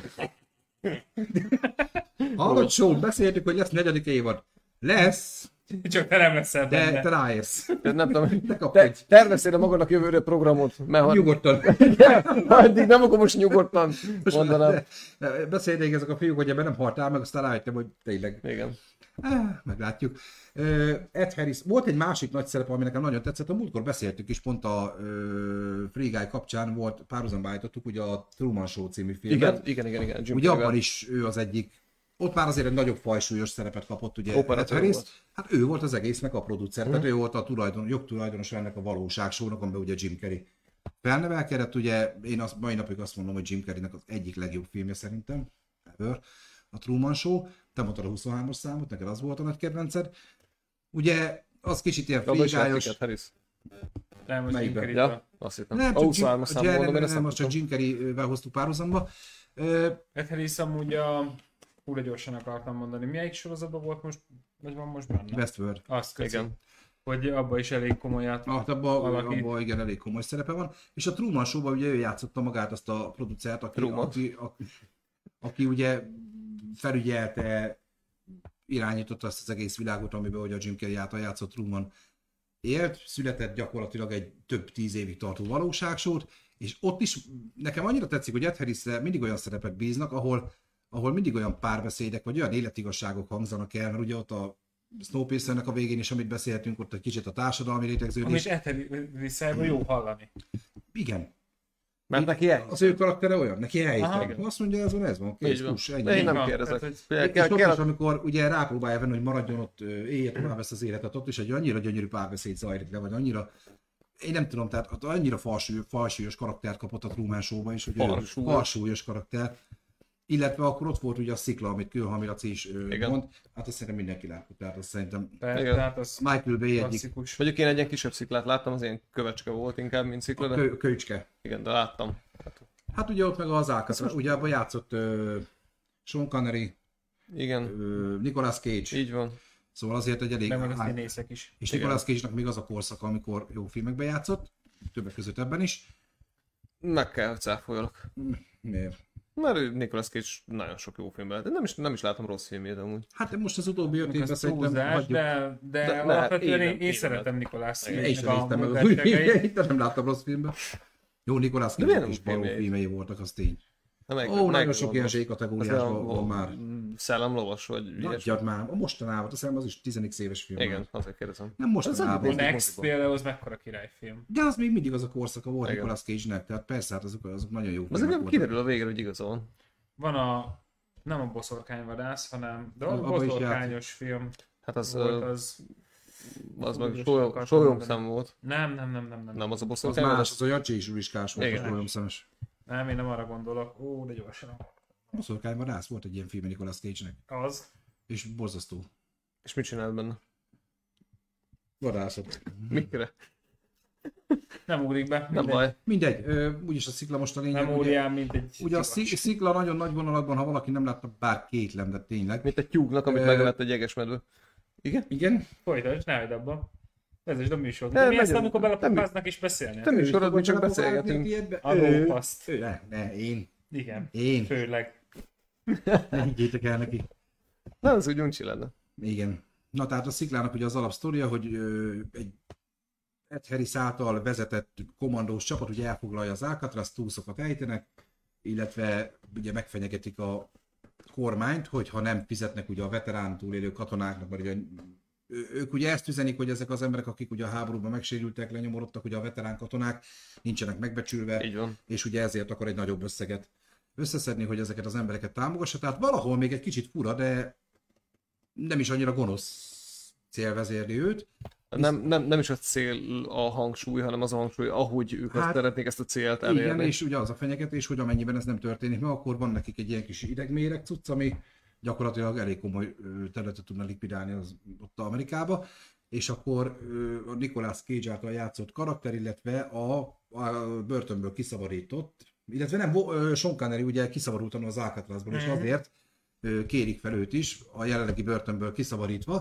Hallod, Sean, beszéltük, hogy lesz 4. évad. Lesz. Csak te nem leszel benne. De te ráérsz. Nem tudom, te terveztél magadnak jövőre programot. Nyugodtan. Addig nem, akkor most nyugodtan mondanám. Beszélnék ezek a fiúk, hogy ebben nem haltál meg, aztán rájöttem, hogy tényleg. Igen. Meglátjuk. Ed Harris. Volt egy másik nagy szerep, ami nekem nagyon tetszett. A múltkor beszéltük is, pont a Free Guy kapcsán volt, párhuzamba állítottuk, ugye a Truman Show című filmet. Igen. Ugye abban is ő az egyik. Ott már azért egy nagyobb fajsúlyos szerepet kapott, ugye Ed Harris. Hát ő volt az egésznek a producer, tehát ő volt a jogtulajdonos ennek a valóságsónak, amiben ugye Jim Carrey felnevelkedett. Ugye én mai napig azt mondom, hogy Jim Carreynek az egyik legjobb filmje szerintem, ever, a Truman Show. Te mondtad a 23-as számot, neked az volt a nagy kedvenced. Ugye az kicsit ilyen frégályos. Nem, most Jim Carrey. Ja, azt hittem. Nem, most csak Jim Carrey-vel hoztuk párhuzamba. Ed Harris amúgy Húra gyorsan akartam mondani. Melyik sorozatban volt most, vagy van most benne? Westworld. Azt köszönöm. Igen. Hogy abban is elég komolyat abban igen, elég komoly szerepe van. És a Truman Show-ban ugye ő játszotta magát azt a producert, aki ugye felügyelte, irányította azt az egész világot, amiben ugye a Jim Carrey által játszott Truman élt, született gyakorlatilag egy több 10 évig tartó valóságsót, és ott is nekem annyira tetszik, hogy Ed Harrisre mindig olyan szerepet bíznak, ahol mindig olyan párbeszédek, vagy olyan életigazságok hangzanak el, mert ugye ott a Snowpiercernek a végén is, amit beszéltünk, ott egy kicsit a társadalmi rétegződés. Amit Ed Harrisről jó hallani. Igen. Mert neki az ő karaktere olyan, neki elhitem. Azt mondja, ez van. Én nem kérdezek. És ott is, amikor ugye rápróbálja venni, hogy maradjon ott, élje tovább ezt az életet, ott is egy annyira gyönyörű párbeszéd zajlik le, vagy annyira, én nem tudom, tehát annyira falsúlyos karaktert kapott a Truman Show-ban is, hogy falsúlyos karakter. Illetve akkor ott volt ugye a Szikla, amit Kőhalmi Laci is mond. Hát azt szerintem mindenki látott, tehát azt szerintem Michael Bay egyik. Mondjuk én egy ilyen kisebb sziklát láttam, az ilyen kövecske volt inkább, mint szikla. De... Kőcske. Igen, de láttam. Hát ugye ott meg az Alcatraz, ugye abban játszott Sean Connery, igen. Nicolas Cage. Így van. Szóval azért egy elég... Meg a színészek is. És Nicolas Cage-nak még az a korszaka, amikor jó filmekben játszott, többek között ebben is. Meg kell, hogy cáfoljalak. Miért? Mert Nicolas Cage nagyon sok jó filmben lett. Nem is látom rossz filmjét amúgy. Hát most az utóbbi 5 évben szerintem de alapvetően én szeretem Nicolas Cage-nek. Én sem néztem meg az új filmjeit, de nem láttam rossz filmben. Jó, Nicolas Cage-nek is való filmjei voltak, az tény. Nagyon sok ilyen zsé-kategóriásban van már. Szellemlovas vagy Nagyjad már, a mostanában, azt hiszem az is 10 éves film. Igen, azért kérdezem. Nem mostanában. A Next például az mekkora királyfilm. De az még mindig az a korszaka volt Nicolas Cage-nek, tehát persze, hát azok nagyon jó filmek voltak. Kiderül a végre, hogy igaza van. Van nem a boszorkányvadász, hanem de a boszorkányos film. Hát az meg sólyomszem volt. Nem. Nem az a boszorkányvadász. Az olyan csésúriskás volt a sólyomszemes. Nem, én nem arra gondolok. De gyorsan. A boszorkányvadász volt egy ilyen film Nicolas Cage-nek. Az. És borzasztó. És mit csinált benne? Vadászott. Mikre? Nem ugrik be. Nem baj. Mindegy, úgyis a Szikla most a lényeg. Memóriám, mint egy ugye a Szikla nagyon nagy vonalakban, ha valaki nem látta, bár kétlem, de tényleg. Mint egy tyúknak, amit megevett egy jegesmedve. Igen? Igen? Folytasd, ne hagyd abba. Ez a műsor. De mi ezt, amikor belepapáznak is beszélni? Te műsorod, mi csak beszélgetünk. Adópaszt. Én. Igen. Én. Főleg. Ne higgyétek el neki. Na, az úgy uncsi lenne. Igen. Na tehát a Sziklának ugye az alapsztoria, hogy egy Ed Harris által vezetett kommandós csapat ugye elfoglalja az Alcatraz, túlszokat ejtenek, illetve ugye megfenyegetik a kormányt, hogyha nem fizetnek ugye a veterán túlélő katonáknak, mert ugye ők ugye ezt üzenik, hogy ezek az emberek, akik ugye a háborúban megsérültek, lenyomorodtak, ugye a veterán katonák nincsenek megbecsülve, és ugye ezért akar egy nagyobb összeget összeszedni, hogy ezeket az embereket támogassa. Tehát valahol még egy kicsit fura, de nem is annyira gonosz cél vezérli őt. Nem is a cél a hangsúly, hanem az a hangsúly, ahogy ők azt szeretnék ezt a célt elérni. Igen, és ugye az a fenyegetés, hogy amennyiben ez nem történik meg, akkor van nekik egy ilyen kis idegméreg cucc, ami gyakorlatilag elég komoly területet tudna likvidálni ott Amerikába, és akkor a Nicolas Cage által játszott karakter, illetve a börtönből kiszabadított, illetve nem, Sean Connery ugye kiszabadultan az Alcatrazból, és azért kérik fel őt is, a jelenlegi börtönből kiszabadítva,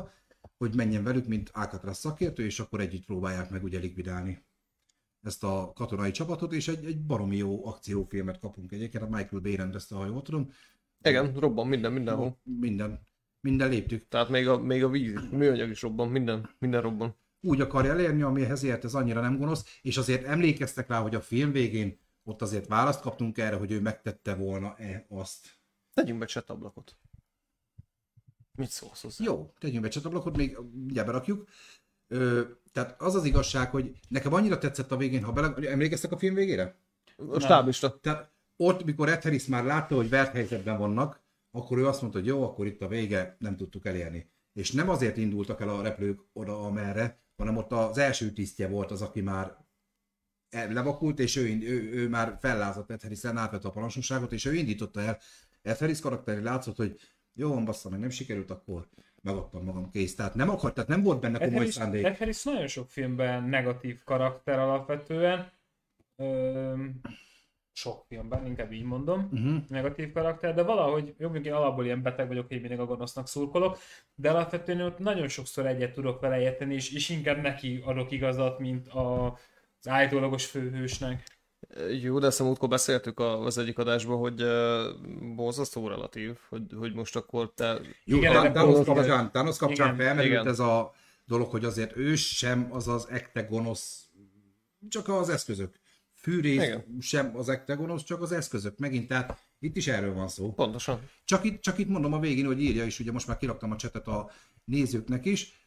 hogy menjen velük, mint Alcatraz szakértő, és akkor együtt próbálják meg ugye likvidálni ezt a katonai csapatot, és egy baromi jó akciófilmet kapunk egyébként, a Michael Bay rendezte, ha jól tudom. Igen, robban mindenhol. Minden léptük. Tehát még a víz, műanyag is robban, minden robban. Úgy akar elérni, amihez ért ez annyira nem gonosz, és azért emlékeztek rá, hogy a film végén ott azért választ kaptunk erre, hogy ő megtette volna-e azt. Tegyünk be csetablakot. Mit szólsz hozzá? Jó, tegyünk be csatablakot, még ugye berakjuk. Tehát az az igazság, hogy nekem annyira tetszett a végén, emlékeztek a film végére? A stáblista. Tehát ott, mikor Ed Harris már látta, hogy vert helyzetben vannak, akkor ő azt mondta, hogy jó, akkor itt a vége, nem tudtuk elérni. És nem azért indultak el a repülők oda, amerre, hanem ott az első tisztje volt az, aki már levakult, és ő már fellázadt Ed Harris-en, átvette a parancsnokságot, és ő indította el. Ed Harris karakteri látszott, hogy jó, van bassza, meg nem sikerült, akkor megadtam magam, kész. Tehát nem volt benne komoly szándék. Ed Harris nagyon sok filmben negatív karakter alapvetően. Sok filmben, inkább így mondom, negatív karakter, de valahogy, jobb, én alapból ilyen beteg vagyok, én mindig a gonosznak szurkolok, de alapvetően ott nagyon sokszor egyet tudok vele érteni, és inkább neki adok igazat, mint az állítólagos főhősnek. Jó, de ezt a múltkor beszéltük az egyik adásban, hogy borzasztó relatív, hogy most akkor te... Jó, Thanos kapcsán felmerült ez a dolog, hogy azért ő sem az az ekte gonosz, csak az eszközök. Fűrész sem az ekte gonosz, csak az eszközök. Megint, tehát itt is erről van szó. Pontosan. Csak itt mondom a végén, hogy írja is, ugye most már kiraktam a csetet a nézőknek is,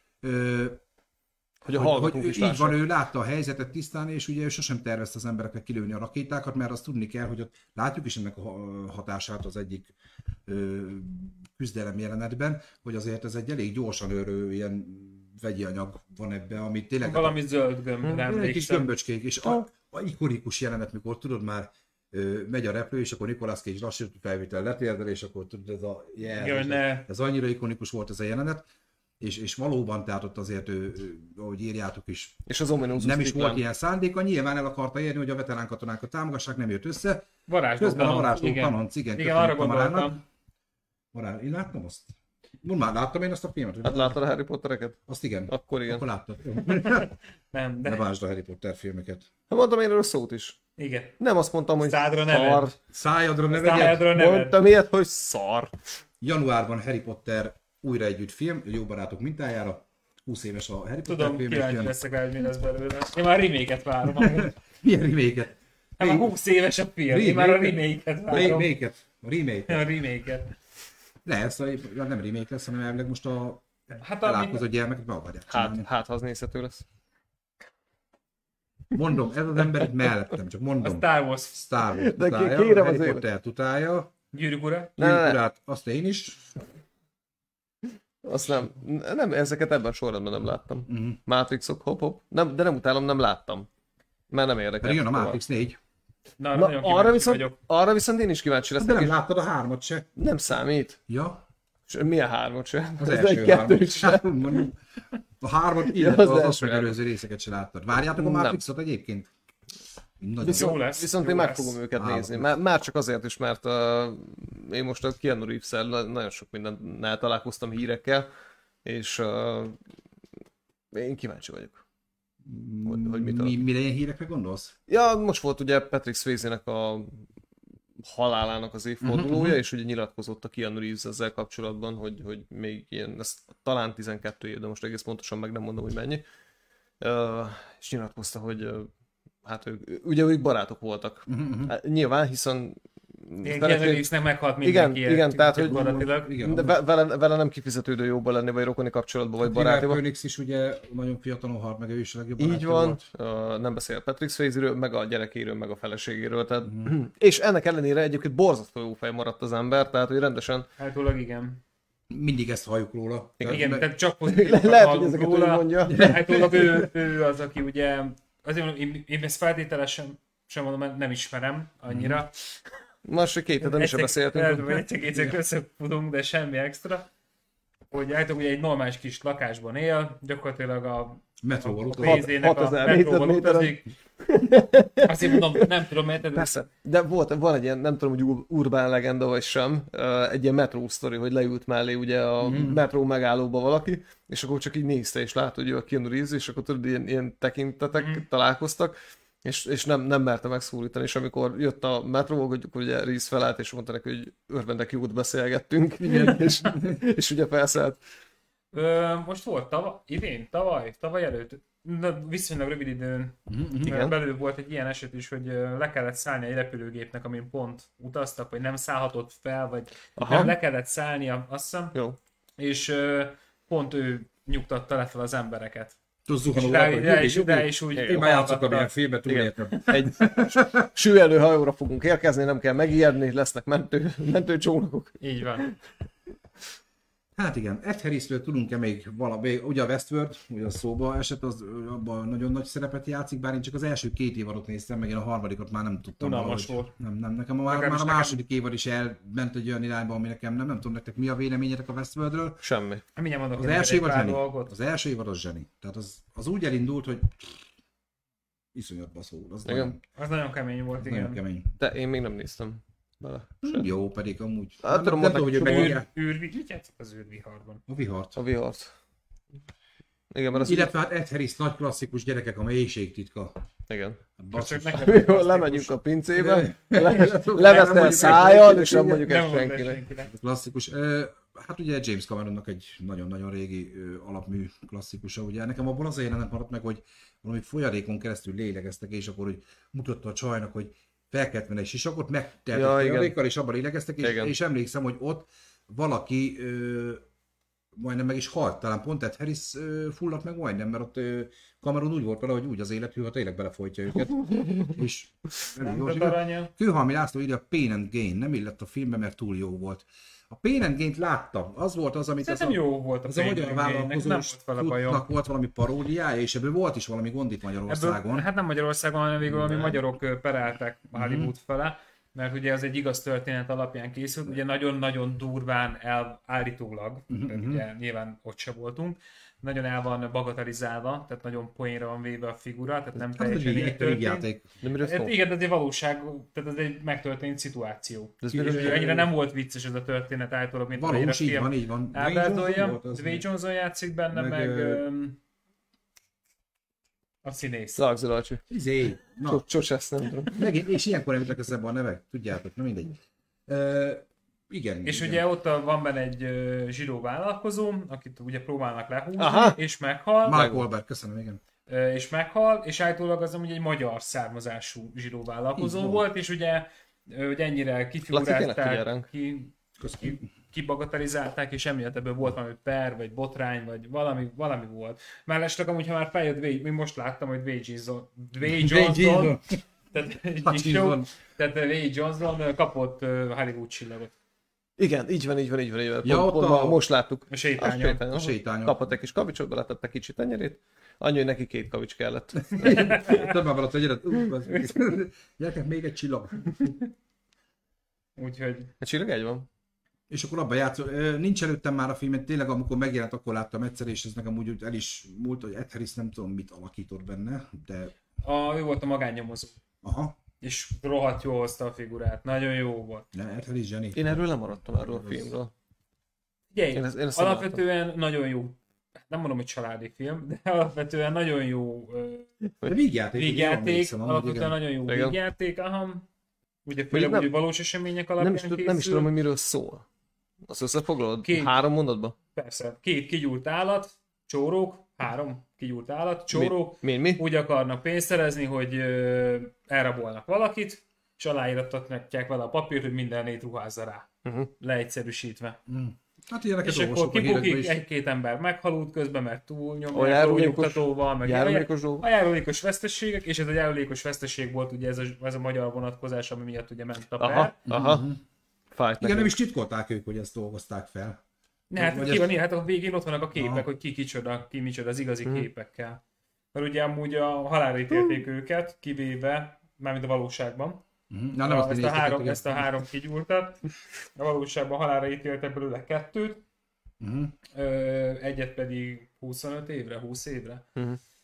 hogy is így van, ő látta a helyzetet tisztán, és ugye ő sosem tervezte az emberekre kilőni a rakétákat, mert azt tudni kell, hogy ott látjuk is ennek a hatását az egyik küzdelem jelenetben, hogy azért ez egy elég gyorsan őrő ilyen vegyi anyag van ebben, amit tényleg... Valami zöld gömbre emlékszem. Egy kis gömböcskék, és a ikonikus jelenet, mikor tudod már megy a repülő, és akkor Nicolas Cage lassító felvétel letérdel, és akkor tudod, ez annyira ikonikus volt ez a jelenet, és valóban, tehát ott azért, ahogy írjátok is, és az nem is volt ilyen szándéka, nyilván el akarta érni, hogy a veterán katonákat támogassák, nem jött össze. Közben a varázsló kanonc, igen, arra gondoltam. Én láttam azt? Már láttam én azt a filmet? Hát láttad a Harry Pottereket? Azt igen. Akkor igen. Akkor láttad. Nem, de... Ne vásd a Harry Potter filmeket. Hát mondtam én erről szót is. Igen. Nem azt mondtam, hogy szar. Szájadra neved. Mondtam ilyet, hogy szar. Januárban Harry Potter újra együtt film, jó barátok mintájára. 20 éves a Harry Potter film. Tudom, kíváncsi leszek rá, hogy mi lesz belőle. Én már remake-et várom. Milyen remake-et? Hát már 20 éves a film, én már a remake-et várom. A remake-et. Nem remake lesz, hanem elvileg most a elátkozott gyermeket be akarják csinálni. Hát, az nézhető lesz. Mondom, ez az ember itt mellettem, csak mondom. A Star Wars utálja, kérem Harry Pottert utálja. Gyűrűk ura? Gyűrűk urát, azt én is. Azt nem, ezeket ebben sorrendben nem láttam. Matrixok, hop. Nem, de nem utálom, nem láttam. Mert nem érdekel. Pedig jön a Matrix 4. Na arra viszont én is kíváncsi leszek. De nem láttad a 3-at se. Nem számít. Ja. És milyen 3-at se? Az első 3-at se. A 3-at, illetve az megelőző részeket se láttad. Várjátok a Matrixot egyébként? Viszont én meg fogom őket nézni. Már csak azért is, mert én most a Keanu Reeves-el nagyon sok mindennel találkoztam hírekkel, és én kíváncsi vagyok. Mire ilyen hírekre gondolsz? Ja, most volt ugye Patrick Swayze-nek a halálának az évfordulója, és ugye nyilatkozott a Keanu Reeves ezzel kapcsolatban, hogy még ilyen, ez talán 12 év, de most egész pontosan meg nem mondom, hogy mennyi. És nyilatkozta, hogy hát ugye ők barátok voltak. Hát, nyilván, hiszen... Keanu Reevesnek meghalt mindenki. Igen, tehát hogy de vele nem kifizetődő jóban lenni, vagy rokoni kapcsolatban, vagy barátban. Phoenix is ugye nagyon fiatalon halt meg, ő is a legjobb így van, nem beszél Patrick Swayze-ről, meg a gyerekéről, meg a feleségéről. Tehát... És ennek ellenére egyébként borzasztó jó fej maradt az ember, tehát hogy rendesen... Általában igen. Mindig ezt halljuk róla. Igen, tehát csak pozitívan halljuk róla. Általában ő az, aki ugye... Azért én ezt feltételesen sem mondom, nem ismerem annyira. Most 2 hete nem is beszéltünk. Egyszer összefudunk, de semmi extra. Hogy általában ugye egy normális kis lakásban él, gyakorlatilag Metróval A utazik. PZ-nek a 6000 metróval négyzetméteren. utazik. Azért mondom, nem tudom, mert Persze, de van egy ilyen, nem tudom, hogy urbán legenda vagy sem, egy ilyen metró sztori, hogy leült mellé ugye a metró megállóba valaki, és akkor csak így nézte, és látta, hogy ő a Keanu Reeves, és akkor tudod, ilyen tekintetek találkoztak, és nem merte megszólítani, és amikor jött a metró, hogy akkor ugye Reeves felállt, és mondta neki, hogy örvendek jót beszélgettünk, és ugye felszállt. most volt tavaly előtt, viszonylag rövid időn Igen. belül volt egy ilyen eset is, hogy le kellett szállni egy repülőgépnek, amin pont utaztak, vagy nem szállhatott fel, vagy nem le kellett szállnia, azt hiszem, Jó. és pont ő nyugtatta le fel az embereket. Tudsz zuhanó De is úgy Én már játszottam ilyen filmben, túléltem. Egy süllyedő hajóra fogunk érkezni, nem kell megijedni, lesznek mentőcsónakok. Így van. Hát igen, Ed Harrisről tudunk-e még valami, ugye a Westworld, ugye a szóba esett, az abban nagyon nagy szerepet játszik, bár én csak az első 2 évadot néztem, meg én a harmadikot már nem tudtam Unalmas valahogy. volt. Nem, nekem már a második évad is elment egy olyan irányba, ami nekem nem tudom nektek mi a véleményetek a Westworldről. Semmi. Mindjárt mondok Az neked első egy évad pár zseni. dolgot. Az első évad az zseni. Tehát az úgy elindult, hogy iszonyat baszó. Az Igen. Az nagyon kemény volt, igen. nagyon kemény. De én még nem néztem bele. Jó, pedig amúgy. Hát, tudom, nem mondták, tudom, hogy csomó mennyire. Mit játszik az űrviharban? A vihart. A vihart. Igen, mert az... Illetve hát Ed Harris nagy klasszikus Gyerekek, a mélység titka. Igen. Csak Basszus. nekem Jó, lemegyünk a pincébe, leveszte a szájjal, és nem mondjuk nem ezt mondom senkinek. senkinek. Klasszikus. Hát ugye James Cameronnak egy nagyon-nagyon régi alapmű klasszikusa. Ugye nekem abból az a jelenet maradt meg, hogy valami folyadékon keresztül lélegeztek, és akkor hogy mutatta a csajnak, hogy fel kellett menni egy sisakot, megteltek Ja, folyadékkal, és abban lélegeztek, Igen. és emlékszem, hogy ott valaki majdnem meg is halt, talán pont Ed Harris fulladt meg majdnem, mert ott Cameron úgy volt vele, hogy úgy az élethű, ha tényleg belefolytja őket. És elég jó sikerült. Kőhalmi László írja, Pain and Gain, nem illett a filmbe, mert túl jó volt. A Pain and Gain-t láttam, az volt az, amit Szerintem jó volt az a a magyar Pain and Gain-nek, nem vállalkozós volt vele bajom. futnak volt valami paródiája, és ebből volt is valami gond itt Magyarországon. Hát nem Magyarországon, hanem végül valami magyarok pereltek Hollywood fele, mert ugye az egy igaz történet alapján készült, ugye nagyon-nagyon durván állítólag, tehát ugye nyilván ott se voltunk, nagyon el van bagatelizálva, tehát nagyon poénra van véve a figura, tehát nem Hát ez teljesen így egy történt. játék. De miről szól? Igen, de ez egy valóság, tehát ez egy megtörtént szituáció. De ez És miről- ennyire nem volt vicces ez a történet általában, mint amennyire a Valós, így film van, így van. ábrázolja. Dwayne Johnson játszik benne, meg, meg a színész. Zalagzi Lajcsi. Na, Csos ezt nem tudom. megint, és ilyenkor nem jutok eszembe a nevek, tudjátok, na mindegy. Igen. És igen. ugye ott van benne egy zsidó vállalkozó, akit ugye próbálnak lehúzni, Aha. és meghal. Mark Wahlberg, köszönöm, igen. És meghal, és állítólag az amúgy egy magyar származású zsidó vállalkozó Így van. volt, és ugye hogy ennyire Laci, tényleg figyel kifigurázták, ránk. Köszönöm. kibagatelizálták, és emiatt ebből volt valami per, vagy botrány, vagy valami volt. Mellesleg amúgy, ha már feljött mi most láttam, hogy Dwayne Johnson, tehát Dwayne Johnson kapott Hollywood csillagot. Igen, így van. Ja, ott a- Most láttuk. A sétányon. A sétányon. Kapott egy kis kavicsot, beletette kicsit tenyerét. Annyi, hogy neki 2 kavics kellett. Több már alatt egyet. Gyerekek, még egy csillag. Úgyhogy A csillag egy van. És akkor abban játszol. Nincs előttem már a filmet, tényleg amikor megjelent, akkor láttam egyszer, és ez nekem úgy el is múlt, hogy Ed Harris nem tudom mit alakított benne, de ő volt a magánnyomozó. aha, És rohadt jó hozta a figurát. Nagyon jó volt. de Ed Harris zseni. Én erről nem maradtam erről a filmről. Figyelj, Én ezt alapvetően nagyon jó. Nem mondom, hogy családi film, de alapvetően nagyon jó De vígjáték. vígjáték. Alapvetően igen. nagyon jó Igen. vígjáték. Aha. Ugye Mondjuk főleg nem- úgy valós események alapján Nem is tudom, hogy miről szól. Azt összefoglalod? 2. 3 mondatba? Persze. 2 kigyúrt állat, csórók, 3 kigyúrt állat, csórók. Mi? Úgy akarnak pénzt szerezni, hogy elrabolnak valakit, és aláírattatják vele a papírt, hogy mindenét ruházza rá. Leegyszerűsítve. Hát ilyeneket És akkor olvasok a hírekben kibukik, is. egy-két ember meghalult útközben, mert A túlnyomják járulékos- túlnyugtatóval, meg járulékos dolgok? a járulékos veszteségek, és ez a járulékos veszteség volt ugye ez a magyar vonatkozás, ami miatt ugye ment a per. Aha. Fájt Igen, nem nekem. is titkolták ők, hogy ezt dolgozták fel. Ne, hát, Vagy hát a végén ott vannak a képek, Aha. hogy ki kicsoda, ki micsoda, az igazi képekkel. Mert ugye amúgy a halálra ítélték őket, kivéve, mármint a valóságban. Na, nem azt ezt a három kigyúrtat. A valóságban halálra ítéltek belőle 2, egyet pedig 25 évre, 20 évre.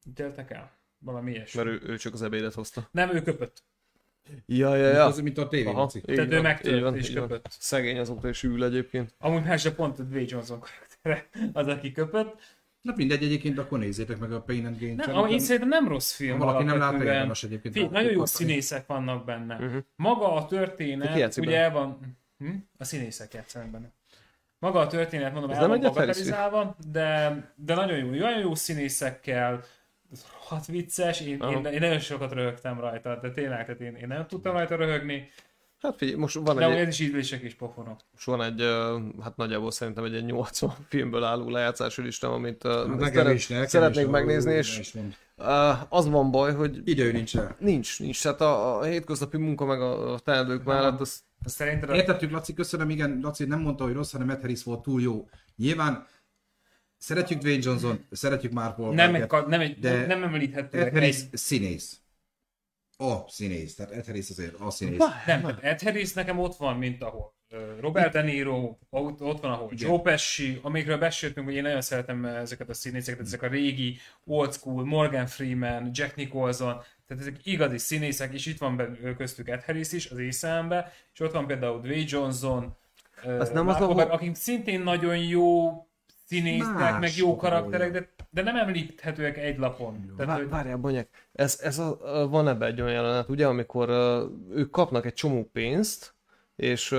Ítéltek el? Valami ilyesmi. Mert ő csak az ebédet hozta. Nem, ő köpött. Ja. Az, mint a tévé. Tehát ő megtört és köpött. Szegény azóta is ül egyébként. Amúgy más a pont a Dwayne Johnson karaktere az, aki köpött. Na mindegy, egyébként akkor nézzétek meg a Pain and Gain. Nem, én szerintem nem rossz film. Ha valaki nem látta, érdemes egyébként. Nagyon jó színészek vannak benne. Maga a történet, ugye el van... A színészek játszanak benne. Maga a történet, mondom, el van bagatelizálva, de nagyon jó színészekkel, rohadt vicces, én nagyon sokat röhögtem rajta, de tényleg, tehát én nem tudtam rajta röhögni. Hát figyelj, most van de ez is ízlések és pofonok. Most van egy, hát nagyjából szerintem egy 80 filmből álló lejátszási listám, amit szeretnék megnézni, és az van baj, hogy idő nincs rá. Nincs. Hát a hétköznapi munka meg a teendők mellett az... Értettük, Laci, köszönöm, igen, Laci nem mondta, hogy rossz, hanem Ed Harris volt túl jó. Nyilván szeretjük Dwayne Johnson, szeretjük Mark Wahlberget, nem említhető. Ed Harris színész. A színész, tehát Ed Harris azért a színész. Nem, Ed Harris nekem ott van, mint ahol Robert De Niro, ott van, ahol Joe Pesci, amikről beszéltünk, hogy én nagyon szeretem ezeket a színészeket, ezek a régi, old school, Morgan Freeman, Jack Nicholson, tehát ezek igazi színészek, és itt van köztük Ed Harris is az észembe, és ott van például Dwayne Johnson, akik szintén nagyon jó színészek, meg jó karakterek, de nem említhetőek egy lapon. Várjál, Bonyek, van ebben egy olyan jelenet, ugye, amikor ők kapnak egy csomó pénzt, és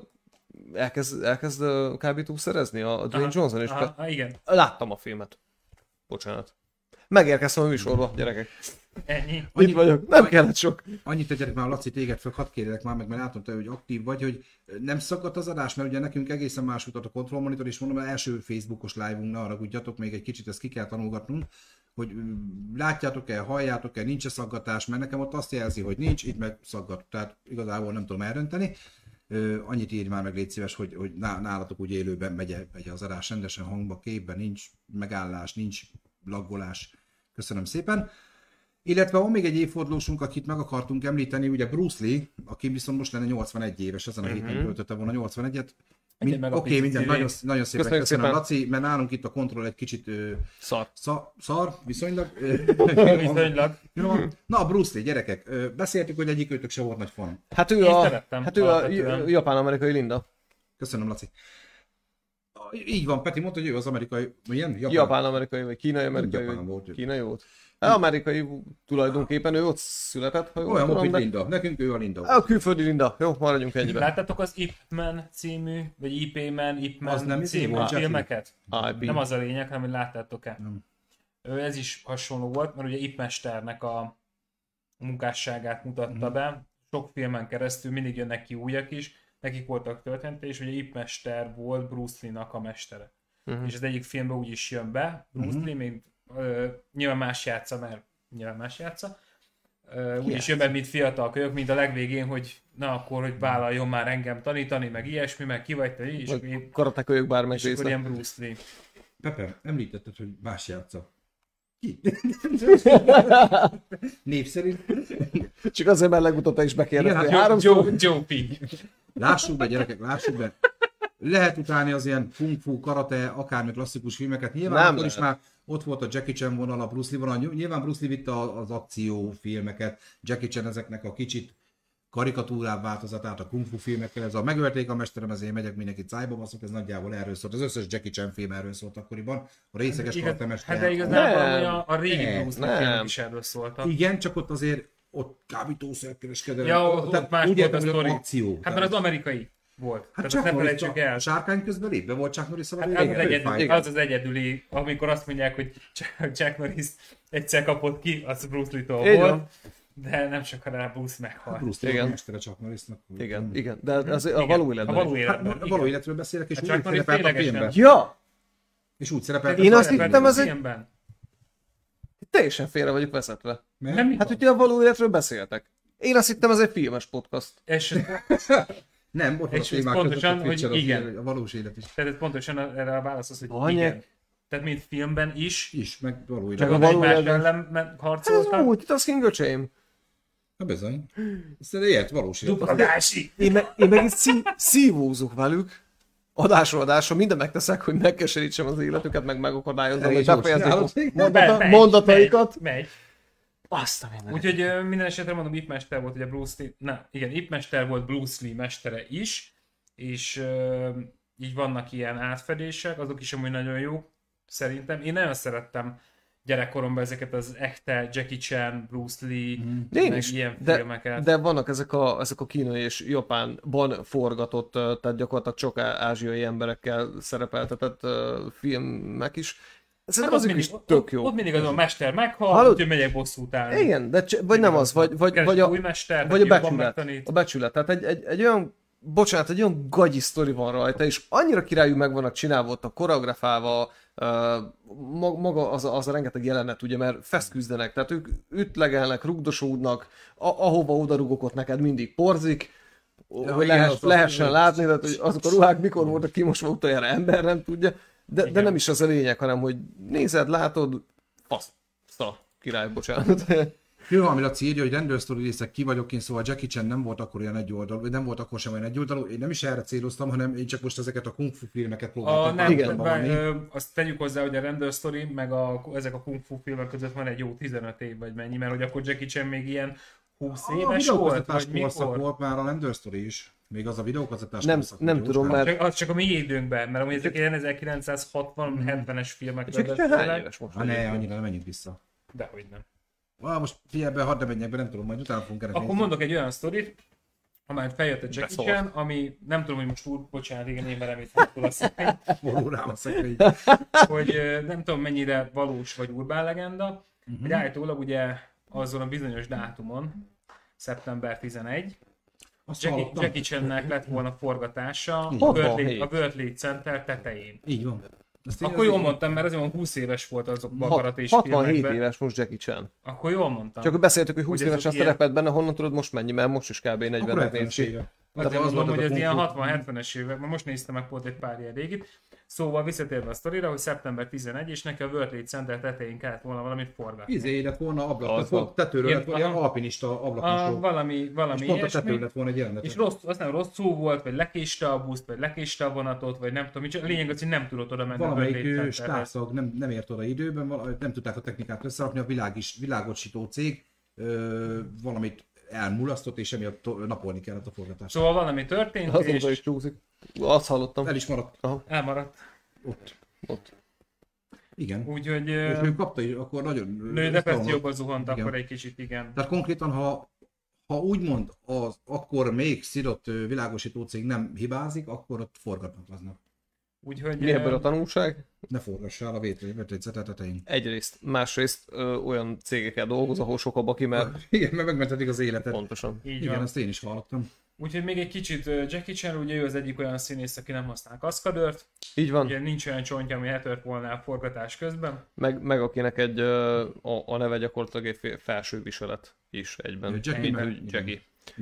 elkezd kábítószerezni a Dwayne Johnson, és igen. Láttam a filmet. Bocsánat. Megérkeztem a műsorba, gyerekek. Ennyi. Itt vagyok, nem kellett sok. Annyit tegyek már, Laci, téged föl, hadd kérlek már meg, mert látom te, hogy aktív vagy, hogy nem szakadt az adás, mert ugye nekünk egészen más utat a Control Monitor, és mondom, az első Facebookos live-unk, ne haragudjatok, még egy kicsit ezt ki kell tanulgatnunk, hogy látjátok-e, halljátok-e, nincs-e szaggatás, mert nekem ott azt jelzi, hogy nincs, itt meg szaggat, tehát igazából nem tudom eldönteni. Annyit írj már meg, légy szíves, hogy nálatok úgy élőben megy az adás rendesen hangba, képben, nincs megállás, nincs laggolás. Köszönöm szépen. Illetve van még egy évfordulósunk, akit meg akartunk említeni, ugye Bruce Lee, aki viszont most lenne 81 éves, ezen a héten töltötte volna 81-et. Oké, minden, nagyon szépen köszönöm, Laci, mert nálunk itt a kontroll egy kicsit szar, viszonylag. Na, Bruce Lee, gyerekek, beszéltük, hogy egyikőtök se volt nagy fan. Hát ő a japán-amerikai Linda. Köszönöm, Laci. Így van, Peti mondta, hogy ő az amerikai, milyen? Japán-amerikai, vagy kínai-amerikai, kínai volt. Amerikai tulajdonképpen, ő ott született, ha jól olyan tudom, mint Linda, nekünk ő a Linda. A külföldi Linda, jó, maradjunk ennyiben. Láttátok az Ip Man című, vagy Ip Man című filmeket? Nem az a lényeg, hanem hogy láttátok-e. Ez is hasonló volt, mert ugye Ip Mesternek a munkásságát mutatta be, sok filmen keresztül, mindig jönnek ki újak is, nekik voltak története, és ugye Ip Mester volt Bruce Lee-nak a mestere. És az egyik filmben úgy is jön be, Bruce Lee, mint nyilván más játsza, úgyis jön be, mint fiatal kölyök, mint a legvégén, hogy na akkor, hogy vállaljon már engem tanítani, meg ilyesmi, meg ki vagy te, és karatekölyök bármelyik részlet. És akkor ilyen Bruce Lee. Pepe, említetted, hogy más játsza. Ki? Név szerint? Csak azért, mert legutóbb is bekérdezni. Joe Pig. Lássuk be, gyerekek, lássuk be. Lehet utálni az ilyen kung fu, karate, akármi klasszikus filmeket. Nyilván akkor is már ott volt a Jackie Chan vonal, a Bruce Lee vonal. Nyilván Bruce Lee vitte az akciófilmeket, Jackie Chan ezeknek a kicsit karikatúrább változatát, a kung fu filmekkel. Ez a megölték a mesterem, ezért megyek mindenkit szájba baszok, ez nagyjából erről szólt. Az összes Jackie Chan film erről szólt akkoriban. A részeges kartemester. Hát de igazából a régi Bruce Lee filmek is erről szóltak. Igen, csak ott azért kábítószerkereskedelem. Ja, ott más volt a sztori. Akció. Hát mert az amerikai volt. Hát csak ne felejtsük el. Sárkány közben lépve volt Chuck Norris az egyedüli, amikor azt mondják, hogy Chuck Norris egyszer kapott ki, az Bruce Lee-tól volt. De nem sokan rá Bruce meghalt. Bruce Lee a mestere Chuck Norrisnak. Igen, de az a való életben. A való életről beszélek, és úgy szerepelt a filmben. Ja! És úgy szerepelt. Én azt hittem, ez egy... Teljesen félre vagyok vezetve. Hát ugye a való életről beszéltek. Én azt hittem, ez egy filmes podcast. Nem, ott és pontosan, hogy igen. A valós élet is. Tehát pontosan erre a válasz az, hogy igen. Tehát mint filmben is, meg való élet. Csak a való életben harcoltak. Ez úgy, itt az King Na bizony. Ezt ilyet valós élet. Dupadási! Én meg itt szívózok velük. adásról adásra minden megteszek, hogy megkeserítsem az életüket, meg megakadályozom, hogy befejezzék mondataikat. Megy. Azt a mindenit. Úgyhogy minden esetre mondom, Ip Mester volt ugye Ip Mester volt Bruce Lee mestere is, és így vannak ilyen átfedések, azok is amúgy nagyon jók, szerintem. Én nagyon szerettem gyerekkoromban ezeket az echte Jackie Chan, Bruce Lee, meg ilyen filmeket. De vannak ezek a kínai és Japánban forgatott, tehát gyakorlatilag csak ázsiai emberekkel szerepeltetett filmek is. Hát azok is tök jó. Ott mindig az a mester meghal, úgyhogy megyek bosszút állni. Igen, de vagy nem az, vagy a becsület. Tehát egy olyan, bocsánat, egy olyan gagyi sztori van rajta, és annyira királyú meg vannak csinálva ott a koreografálva, maga az a rengeteg jelenet, ugye, mert festküzdenek, tehát ők ütlegelnek, rugdosódnak, ahova odarugok, ott neked mindig porzik, hogy lehessen látni, tehát hogy azok a ruhák mikor voltak kimosva utoljára, ember nem tudja, de nem is az a lényeg, hanem hogy nézed, látod, király, bocsánat. Jó, ami Laci írja, hogy rendőrsztori részek ki vagyok én, szóval Jackie Chan nem volt akkor olyan egyoldalú, vagy nem volt akkor sem olyan egyoldalú, én nem is erre céloztam, hanem én csak most ezeket a kung fu filmeket próbáltam. Azt tegyük hozzá, hogy a rendőrsztori, meg ezek a kung fu filmek között van egy jó 15 év, vagy mennyi, mert hogy akkor Jackie Chan még ilyen 20 éves volt, vagy mikor? Volt már a rendőrsztori is. Még az a videókazettás nem tudom, mert... Az csak a mi időnkben, mert amúgy ezek ilyen 1960-70-es filmek. Csak hány éves most? Ne, annyira nem menjünk vissza. Dehogy nem. Most figyelj be, hadd ne menjek be, nem tudom, majd utána fogunk keresni. Akkor mondok egy olyan sztorit, amely feljött a Jackie Chan, ami nem tudom, hogy most bocsánat, igen, én velem itt hátul a szekrény. Borul rám a szekrény. Hogy nem tudom, mennyire valós vagy urbán legenda, hogy állítólag ugye azon a bizonyos dátumon, szeptember 11, Jackie Channek lett volna forgatása a World Trade Center tetején. Így van. Akkor jól mondtam, mert azért 20 éves volt azokban a karatés 67 éves most Jackie Chan. Akkor jól mondtam. Csak beszéltük, hogy 20 évesen szerepelt benne, honnan tudod most mennyi, mert most is kb. 40-et néz ki. Azért mondom, hogy ez ilyen 60-70-es évek, mert most néztem meg pont egy pár ilyen régit. Szóval visszatérve a sztorira, hogy szeptember 11, és neki a World Trade Center tetején kellett volna valamit forgatni. Lett volna ablak, tetőről lett volna, ilyen alpinista ablakosról. Valami és pont a tetőről lett volna egy jelenet. És aztán rosszul volt, vagy lekéste a buszt, vagy lekéste a vonatot, vagy nem tudom, a lényeg az, hogy nem tudott oda menni. Valamelyik stábszag nem ért oda időben, nem tudták a technikát összerakni, a világosító cég valamit elmulasztott, és emiatt napolni kellett a forgatást. Szóval valami történt, azóta is csúszik. Azt hallottam. El is maradt. Elmaradt. Ott. Igen. Úgyhogy... És ő kapta is, akkor nagyon... Női depresszióba zuhant akkor egy kicsit, igen. Tehát konkrétan, ha úgymond akkor még szidott világosító cég nem hibázik, akkor ott forgatnak aznak. Úgyhogy... Mi ebből a tanulság? Ne forgassál a vétlécetet tetején. Egyrészt, másrészt olyan cégekkel dolgoz, ahol sok a baki, mert... Igen, mert megmentetik az életet. Pontosan. Igen, ezt én is hallottam. Úgyhogy még egy kicsit Jackie Chan, ugye ő az egyik olyan színész, aki nem használ kaszkadőrt. Így van. Ugye nincs olyan csontja, ami eltört volna a forgatás közben. Meg akinek a neve gyakorlatilag egy felső viselet is egyben. Jackie.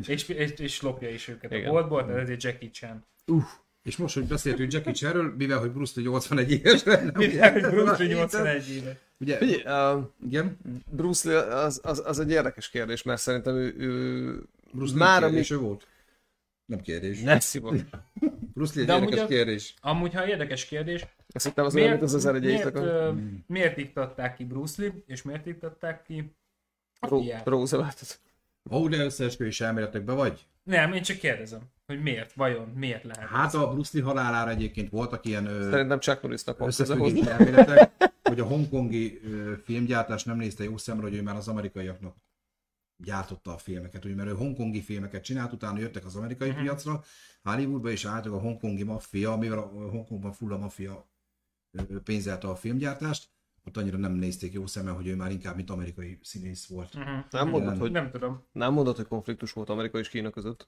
És lopja is őket a boltból, tehát ezért Jackie Chan. És most, hogy beszéltünk Jackie Chanről, mivel hogy Bruce Lee 81 éves. Mivel hogy Bruce Lee 81 éves. Ugye, igen? Bruce Lee az egy érdekes kérdés, mert szerintem ő Bruce Lee már kérdés volt? Nem kérdés. Ne szívod. Bruce Lee egy érdekes kérdés. Amúgy, ha érdekes kérdés, azt hittem az olyan, mint az 1001 miért iktatták ki Bruce Lee, és miért iktatták ki a fiát? Rooseveltet. De összeesküvés elméletekben vagy? Nem, én csak kérdezem, hogy miért, vajon, miért lehet. Hát a Bruce Lee halálára egyébként voltak ilyen szerintem Chuck Norrisnak van összefüggés elméletek, hogy a hongkongi filmgyártás nem nézte jó szemre, hogy ő már az amerikaiaknak gyártotta a filmeket, ugye, mert ő hongkongi filmeket csinált, utána jöttek az amerikai piacra, Hollywoodba, és álltak a hongkongi maffia, mivel a Hongkongban full a maffia pénzelte a filmgyártást, ott annyira nem nézték jó szemmel, hogy ő már inkább mint amerikai színész volt. Nem mondod, hogy nem tudom. Nem mondod, hogy konfliktus volt Amerika és Kína között?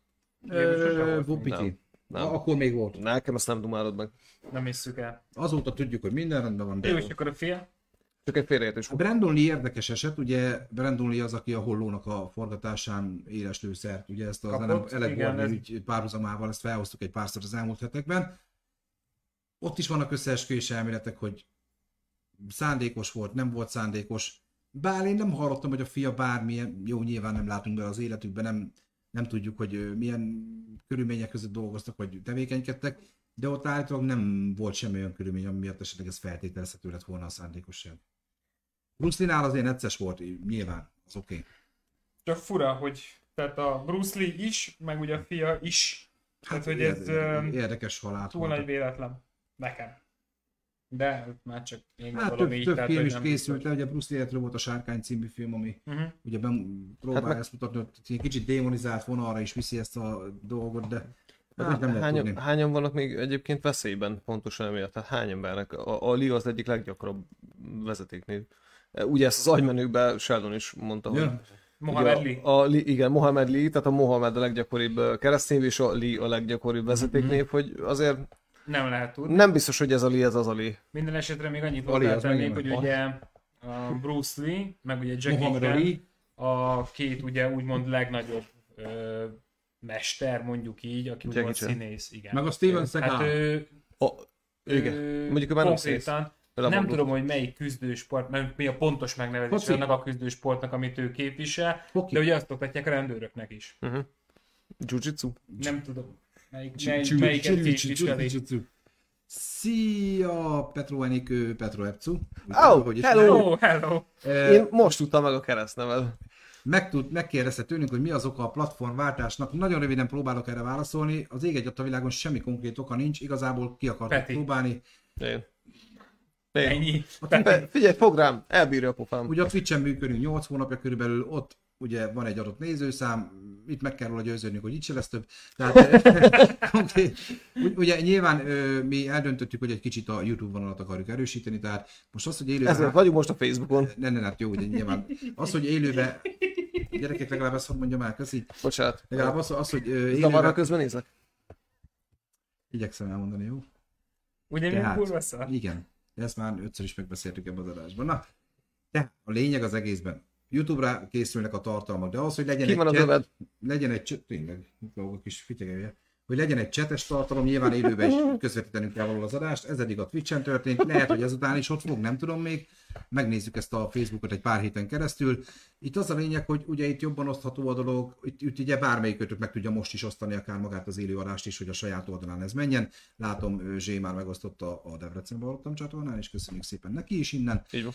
Piti. Akkor még volt. Nekem ezt nem dumálod meg. Nem hisszük el. Azóta tudjuk, hogy minden rendben van. Jó, és akkor a fia? Csak egy félreértés volt. Brandon Lee érdekes eset, ugye Brandon Lee az, aki a Hollónak a forgatásán éles lőszert, ugye ezt az Alec Baldwin ügy párhuzamával, ezt felhoztuk egy párszor az elmúlt hetekben. Ott is vannak összeesküvés elméletek, hogy szándékos volt, nem volt szándékos. Bár én nem hallottam, hogy a fia bármilyen, jó, nyilván nem látunk be az életükben, nem tudjuk, hogy milyen körülmények között dolgoztak, vagy tevékenykedtek, De ott állítólag nem volt semmi olyan körülmény, ami miatt esetleg ez feltételezhető lett volna a szándékosság. Bruce Lee-nál azért necces volt, nyilván, az oké. Okay. Csak fura, hogy tehát a Bruce Lee is, meg ugye a fia is. Hát, tehát, hogy ez érdekes halált túl nagy véletlen. Nekem. De már csak én hát gondolom így. Több film is készült le, ugye Bruce Lee-ről volt a Sárkány című film, ami ugye próbálja ezt mutatni, hogy kicsit démonizált vonalra is viszi ezt a dolgot, de hányan vannak még egyébként veszélyben pontosan emiatt? Tehát hány embernek? A Lee az egyik leggyakoribb vezetéknév. Ugye ezt az agymenőkben Sheldon is mondta, hogy... Mohamed Lee. Igen, Mohamed Lee, tehát a Mohamed a leggyakoribb keresztnév, és a Lee a leggyakoribb vezetéknév, hogy azért... Nem lehet tudni. Nem biztos, hogy ez a Lee, ez az a Lee. Minden esetre még annyit hozzátennék, hogy ugye a Bruce Lee, meg ugye Jackie Chan, a két ugye úgymond legnagyobb mester, mondjuk így, aki úgymond színész. Igen. Meg a Steven Seagal. Hát igen. Mondjuk ő már nem színész. Nem tudom, hogy melyik küzdősport, mert mi a pontos megnevezés annak a küzdősportnak, amit ő képvisel, de ugye azt oktatják a rendőröknek is. Jiu-jitsu? Nem tudom. Melyiket képviseli. Szia, Petro Enikő, Petro Epcu. Hello! Én most tudtam meg a keresztnevet. Megkérdezte tőlünk, hogy mi az oka a platformváltásnak. Nagyon röviden próbálok erre válaszolni. Az ég egyet a világon semmi konkrét oka nincs. Igazából ki akartuk próbálni. Ennyi. Figyelj, fog rám, elbírja a pofám. Ugye a Twitch-en működünk 8 hónapja körülbelül, ott ugye van egy adott nézőszám, itt meg kell róla győződnünk, hogy itt se lesz több. Tehát, ugye nyilván mi eldöntöttük, hogy egy kicsit a YouTube vonalat akarjuk erősíteni, tehát most az, hogy élőben... Ezért vagyunk most a Facebookon. Hát jó, ugye nyilván. Az, hogy élőben... Gyerekek, legalább ezt mondjam el, köszi. Bocsánat. Legalább az hogy élőben... Zavarra közben nézek? Igyekszem elmondani, jó? Ugye mi kurva szar? Igen. De ezt már 5-ször is megbeszéltük ebben az adásban. Na, de a lényeg az egészben. YouTube-ra készülnek a tartalmak, de az, hogy legyen egy tényleg, dolgok is fityegelje, hogy legyen egy csetes tartalom, nyilván élőben is közvetítenünk kell való az adást, ez eddig a Twitch-en történt, lehet, hogy ezután is ott fog, nem tudom még, megnézzük ezt a Facebookot egy pár héten keresztül. Itt az a lényeg, hogy ugye itt jobban osztható a dolog, itt ugye bármelyikötök meg tudja most is osztani akár magát az élőadást is, hogy a saját oldalán ez menjen. Látom, Zsé már megosztotta a Debrecenbe hallottam csatornán, és köszönjük szépen neki is innen. Így van.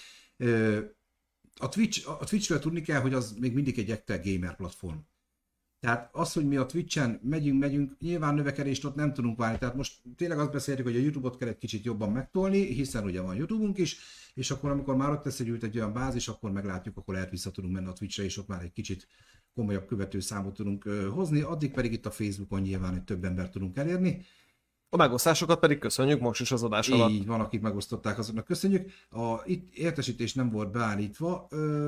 A Twitch-ről tudni kell, hogy az még mindig egy ekte gamer platform. Tehát az, hogy mi a Twitch-en megyünk, nyilván növekedést ott nem tudunk várni. Tehát most tényleg azt beszéltük, hogy a YouTube-ot kell egy kicsit jobban megtolni, hiszen ugye van YouTube-unk is, és akkor amikor már ott összegyűlt egy olyan bázis, akkor meglátjuk, akkor lehet vissza tudunk menni a Twitch-re, és ott már egy kicsit komolyabb követőszámot tudunk hozni, addig pedig itt a Facebookon nyilván egy több embert tudunk elérni. A megosztásokat pedig köszönjük most is az adás alatt. Így van, akik megosztották, azoknak köszönjük. Itt értesítés nem volt beállítva.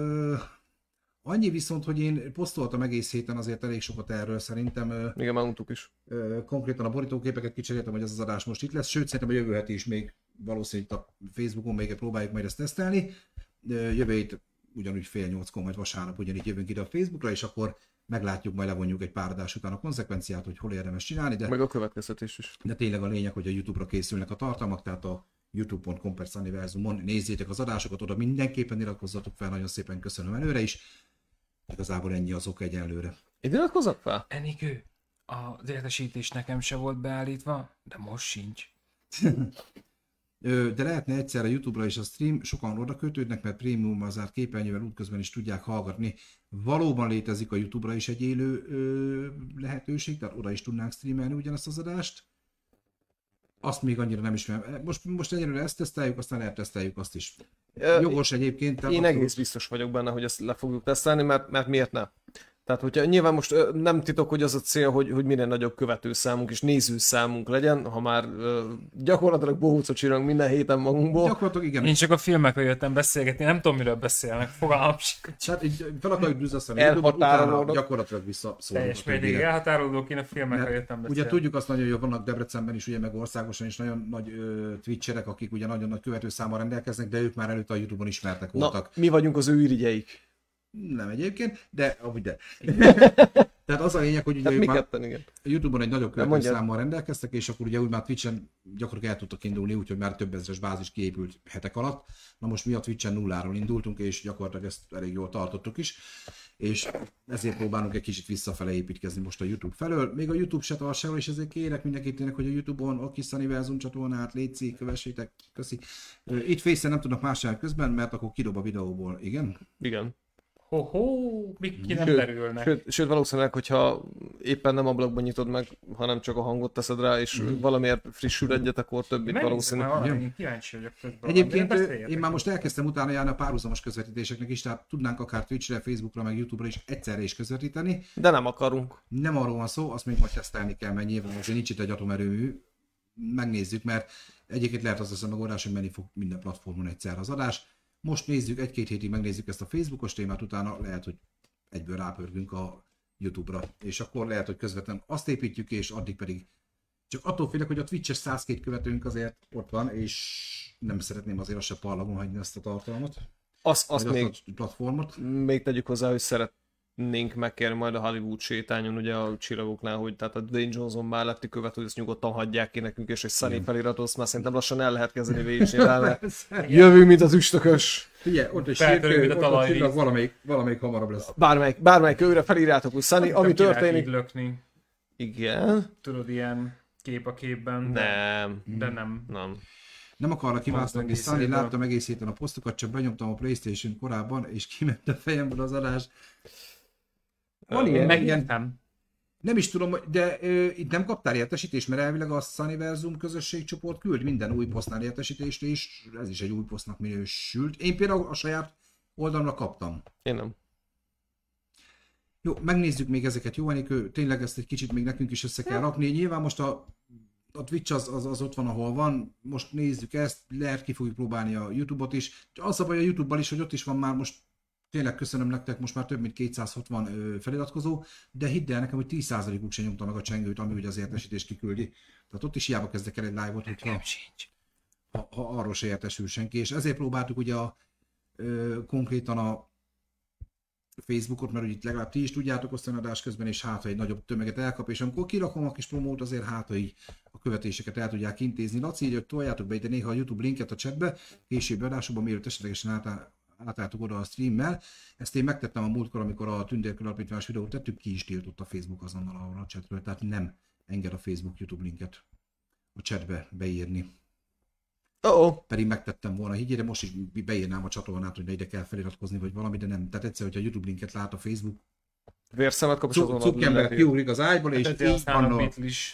Annyi viszont, hogy én posztoltam egész héten azért elég sokat erről szerintem. Igen, már mondtuk is. Konkrétan a borítóképeket kicseréltem, hogy ez az adás most itt lesz. Sőt, szerintem a jövő heti is még valószínűleg a Facebookon még próbáljuk majd ezt tesztelni. Jövő hét ugyanúgy 7:30-kor, majd vasárnap ugyanígy jövünk ide a Facebookra, és akkor meglátjuk, majd levonjuk egy pár adás után a konzekvenciát, hogy hol érdemes csinálni. De, meg a következtetés is. De tényleg a lényeg, hogy a YouTube-ra készülnek a tartalmak, tehát a youtube.com/univerzumon nézzétek az adásokat, oda mindenképpen iratkozzatok fel, nagyon szépen köszönöm előre is. Igazából ennyi az ok egyenlőre. Én iratkozzak fel? Enikő, az értesítés nekem se volt beállítva, de most sincs. De lehetne egyszer a YouTube-ra is a stream, sokan oda kötődnek, mert prémium az zárt képernyővel útközben is tudják hallgatni. Valóban létezik a YouTube-ra is egy élő lehetőség, tehát oda is tudnánk streamelni ugyanazt az adást. Azt még annyira nem ismerem. Most egyelőre ezt teszteljük, aztán elteszteljük azt is. Jogos egyébként. Én egész biztos vagyok benne, hogy ezt le fogjuk tesztelni, mert miért ne? Tehát, hogyha nyilván most nem titok, hogy az a cél, hogy minél nagyobb követőszámunk és nézőszámunk legyen, ha már gyakorlatilag bohócot csinálunk minden héten magunkból. Gyakorlatilag igen. Én csak a filmekről jöttem beszélgetni, nem tudom, miről beszélnek, fogalmam sem. Hát így fel akarjuk düzzasztani, utána gyakorlatilag visszaszólunk. Teljes mértékig elhatárolódok, én a filmekről jöttem beszélni. Ugye tudjuk azt nagyon jól, vannak Debrecenben is, ugye meg országosan is nagyon nagy twitcherek, akik ugye nagyon nagy követőszámmal rendelkeznek, de ők már előtt a YouTube-on ismertek voltak. Na, mi vagyunk az ő irigyeik. Nem egyébként, de amúgy de. Tehát az a lényeg, hogy ugye már YouTube-on egy nagyobb követőszámmal rendelkeztek, és akkor ugye úgy már Twitch-en gyakorlatilag el tudtak indulni, úgyhogy már több ezeres bázis kiépült hetek alatt. Na most mi a Twitch-en nulláról indultunk, és gyakorlatilag ezt elég jól tartottuk is. És ezért próbálunk egy kicsit visszafele építkezni most a YouTube felől. Még a YouTube se tart sehol, és ezért kérek mindenkit tényleg, hogy a YouTube-on a kis Sunnyversum csatornát létszik, kövessétek, köszi. Itt Face-en nem tudnak más csinálni közben, mert akkor kidob a videóból, igen? Igen. Mik ki nem derülnek. Sőt, valószínűleg, hogyha éppen nem ablakban nyitod meg, hanem csak a hangot teszed rá, és valamiért frissül egyet, akkor többit valószínűleg. Én kíváncsi vagyok közben. Egyébként én már most elkezdtem utána járni a párhuzamos közvetítéseknek is, tehát tudnánk akár Twitchre, Facebookra, meg YouTube-ra is egyszerre is közvetíteni. De nem akarunk. Nem arról van szó, azt még majd tesztelni kell, mert nyilván azért nincs itt egy atomerőmű. Megnézzük, mert egyébként lehet az a megoldás, hogy menni fog minden platformon egyszer az adás. Most nézzük, egy-két hétig megnézzük ezt a Facebookos témát, utána lehet, hogy egyből rápörgünk a YouTube-ra, és akkor lehet, hogy közvetlenül azt építjük, és addig pedig csak attól félek, hogy a Twitch-es 102 követőnk azért ott van, és nem szeretném azért azt se parlagon hagyni ezt a tartalmat. Azt még, a platformot. Még tegyük hozzá, hogy szeretnénk megkérni majd a Hollywood sétányon, ugye a csillagoknál, hogy tehát a Dwayne Johnson melletti követő, hogy ezt nyugodtan hagyják ki nekünk, és egy Sunny feliratot, azt már szerintem lassan el lehet kezdeni végigcsinálni. Jövünk, mint az üstökös. Figyelj, ott is sírkő, ott a csillag valamelyik hamarabb lesz. Bármelyik kőre felírjátok, hogy Sunny, ami történik. Lökni. Igen. Tudod, ilyen kép a képben. Nem. De nem. Nem akarnak kiválasztani, Sunny, láttam egész héten a posztokat, csak benyomtam a PlayStation korábban, és kiment a fejemből az adás. Van ilyen? Megértem. Nem is tudom, de itt nem kaptál értesítést, mert elvileg a Sunnyversum közösségcsoport küld minden új posztnál értesítést, és ez is egy új posztnak minősült. Én például a saját oldalamra kaptam. Én nem. Jó, megnézzük még ezeket, jó, Enikő, tényleg ezt egy kicsit még nekünk is össze kell rakni. Nyilván most a Twitch az ott van, ahol van, most nézzük ezt, lehet ki fogjuk próbálni a YouTube-ot is. Az a baj a YouTube-bal is, hogy ott is van már most, tényleg köszönöm nektek, most már több mint 260 feliratkozó, de hidd el nekem, hogy 10%-uk sem nyomta meg a csengőt, ami ugye az értesítést kiküldi. Tehát ott is hiába kezdek el egy live-ot, hogyha ha arról se értesül senki, és ezért próbáltuk ugye konkrétan a Facebookot, mert ugye itt legalább ti is tudjátok osztani adás közben, és hát, ha egy nagyobb tömeget elkap, és amikor kirakom a kis promót, azért hát, ha így a követéseket el tudják intézni. Laci így, hogy toljátok be ide néha a YouTube linket a chatbe, később adásokban, mielőtt esetlegesen átálltuk oda a streammel. Ezt én megtettem a múltkor, amikor a Tündérkör alapítványos videót tettük, ki is tiltott a Facebook azonnal a chatről, tehát nem enged a Facebook YouTube linket a chatbe beírni. Pedig megtettem volna, higgyére, most is beírnám a csatornát, hogy ide kell feliratkozni, vagy valami, de nem. Tehát egyszer, hogyha a YouTube linket lát a Facebook, vérszemet kap, és azonnal cukkember kiugrik az ágyból, és így van.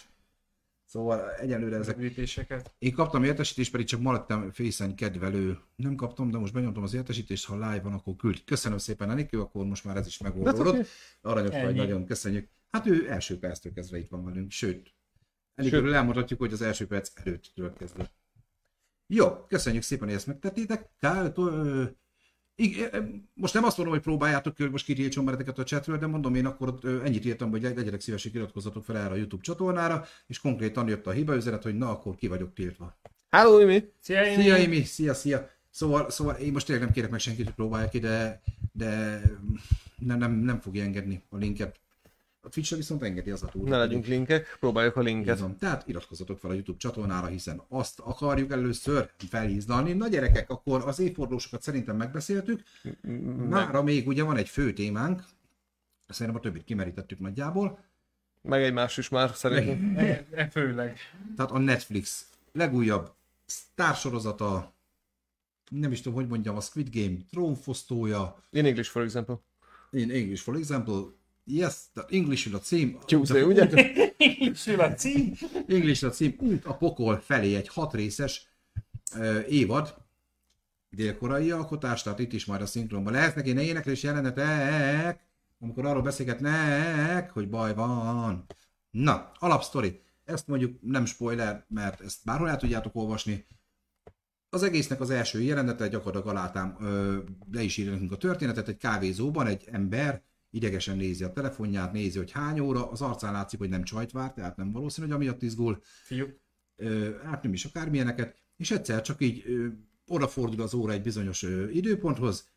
Szóval egyelőre ezek. Én kaptam értesítést, pedig csak ma lettem Face-en kedvelő. Nem kaptam, de most benyomtam az értesítést, ha live van, akkor küld. Köszönöm szépen, Enikő, akkor most már ez is megoldódott. Aranyos vagy, nagyon köszönjük. Hát ő első perctől kezdve itt van velünk, sőt. Enikőről elmondhatjuk, hogy az első perc előttől kezdve. Jó, köszönjük szépen, hogy ezt megtettétek. Most nem azt mondom, hogy próbáljátok, hogy most kitiltson mereteket a chatről, de mondom, én akkor ennyit írtam, hogy legyetek szívesek, iratkozzatok fel erre a YouTube csatornára, és konkrétan jött a hibaüzenet, hogy na, akkor ki vagyok tiltva. Hello, Imi! Szia, Imi! Szia! Szóval én most tényleg nem kérek meg senkit, hogy próbálják ki, de nem fogja engedni a linket. A Twitch-re viszont engedi az a túl. Ne legyünk linkek, próbáljuk a linket. Tehát iratkozzatok fel a YouTube csatornára, hiszen azt akarjuk először felhízdalni. Na gyerekek, akkor az évfordulósokat szerintem megbeszéltük. Mára még ugye van egy fő témánk, szerintem a többit kimerítettük nagyjából. Meg egy más is már szerintem. Főleg. Tehát a Netflix legújabb sztársorozata, nem is tudom, hogy mondjam, a Squid Game trónfosztója. In English, for example. In English, for example. Yes, the English a cím. Tuesday, ugye? English a cím. Út a pokol felé, egy 6 részes évad. Dél-koreai alkotás, tehát itt is majd a szinkronban lesznek én éneklés jelenetek, amikor arról beszélgetnek, hogy baj van. Na, alapsztori. Ezt mondjuk nem spoiler, mert ezt bárhol el tudjátok olvasni. Az egésznek az első jelenete gyakorlatilag alátám le is írja nekünk a történetet. Egy kávézóban egy ember idegesen nézi a telefonját, nézi, hogy hány óra, az arcán látszik, hogy nem csajt vár, tehát nem valószínű, hogy amiatt izgul. Fiúk. Hát nem is akármilyeneket, és egyszer csak így odafordul az óra egy bizonyos időponthoz,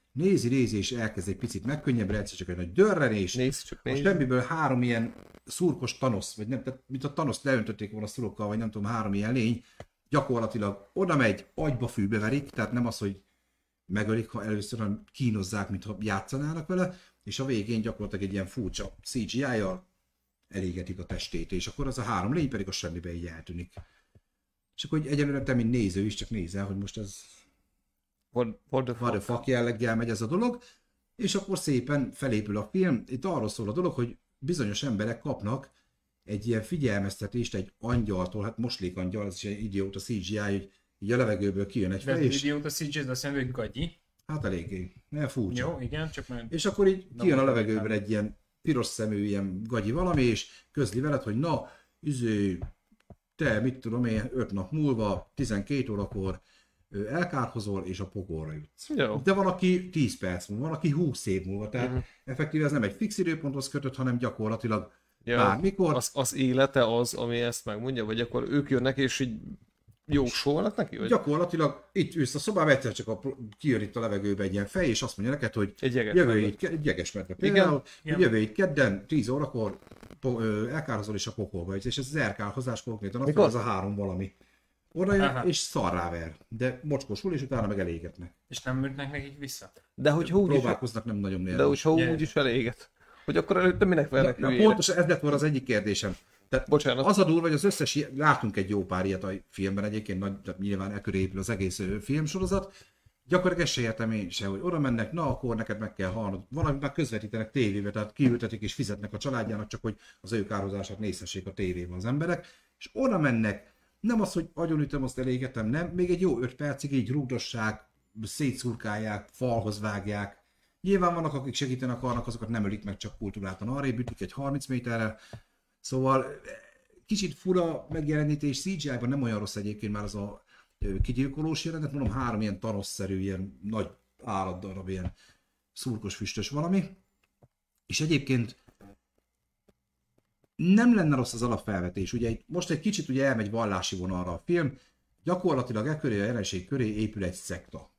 nézi, és elkezd egy picit megkönnyebbre, egyszer csak egy nagy dörrenés. A semmiből 3 ilyen szurkos Thanos, vagy nem, tehát mint a Thanos leöntötték volna szurokkal, vagy nem tudom, 3 ilyen lény, gyakorlatilag oda megy, agyba fűbe verik, tehát nem az, hogy megölik, ha először, hanem kínozzák, mintha játszanának vele, és a végén gyakorlatilag egy ilyen furcsa CGI-jal elégetik a testét, és akkor az a 3 lény pedig a semmibe így eltűnik. És akkor egyelőre te, mint néző is csak nézel, hogy most ez what the fuck jelleggel megy ez a dolog, és akkor szépen felépül a film. Itt arról szól a dolog, hogy bizonyos emberek kapnak egy ilyen figyelmeztetést egy angyaltól, hát moslékangyal, ez is egy idióta CGI, hogy így a levegőből kijön egy fej, és... idióta CGI, ez azt jelenti, hogy gagyi. Hát eléggé, furcsa. Jó, igen, csak már... És akkor így kijön a levegőből egy ilyen piros szemű, ilyen gagyi valami, és közli veled, hogy na, te, mit tudom én, 5 nap múlva, 12 órakor elkárhozol, és a pokolra jutsz. Jó. De van, aki 10 perc múlva, van, aki 20 év múlva, tehát effektíve ez nem egy fix időponthoz kötött, hanem gyakorlatilag bármikor. Az élete az, ami ezt megmondja, vagy akkor ők jönnek, és így jósolnak neki? Vagy? Gyakorlatilag itt ülsz a szobában, egyszer csak kijön itt a levegőbe egy ilyen fej, és azt mondja neked, hogy egy jegesmedve például, hogy jövő hét kedden 10 órakor elkárhozol, és a pokolba jutsz, és ez az elkárhozás konkrétan, azt az a 3 valami. Oda jön, és szarráver, de mocskosul, és utána meg elégetnek. És nem műtnek nekik vissza? De hogyha úgy próbálkoznak, nem nagyon érdemes. De hogyha úgy is eléget, hogy akkor előtte minek vernek pontosan ez lett volna az egyik kérdésem. Tehát bocsánat. Az a durva, hogy az összes, látunk egy jó pár ilyet a filmben egyébként, tehát nyilván ekkor épül az egész filmsorozat, gyakorlatilag ezt se értem én se, hogy oda mennek, na akkor neked meg kell halnod. Valamit már közvetítenek tévébe, tehát kiültetik és fizetnek a családjának, csak hogy az ő kárhozását nézhessék a tévében az emberek, és oda mennek, nem az, hogy agyonütöm, azt elégetem, nem, még egy jó 5 percig így rúgdossák, szétszurkálják, falhoz vágják. Nyilván vannak, akik segíteni akarnak, azokat nem ölik meg, csak kultúráltan arrébb ütik egy 30 méterre. Szóval kicsit fura megjelenítés, CGI-ban nem olyan rossz egyébként már az a kigyilkolós jelenet, mondom 3 ilyen Thanos-szerű, ilyen nagy állatdarab, ilyen szurkos, füstös valami. És egyébként nem lenne rossz az alapfelvetés. Ugye most egy kicsit ugye elmegy vallási vonalra a film, gyakorlatilag ekköré a jelenség köré épül egy szekta.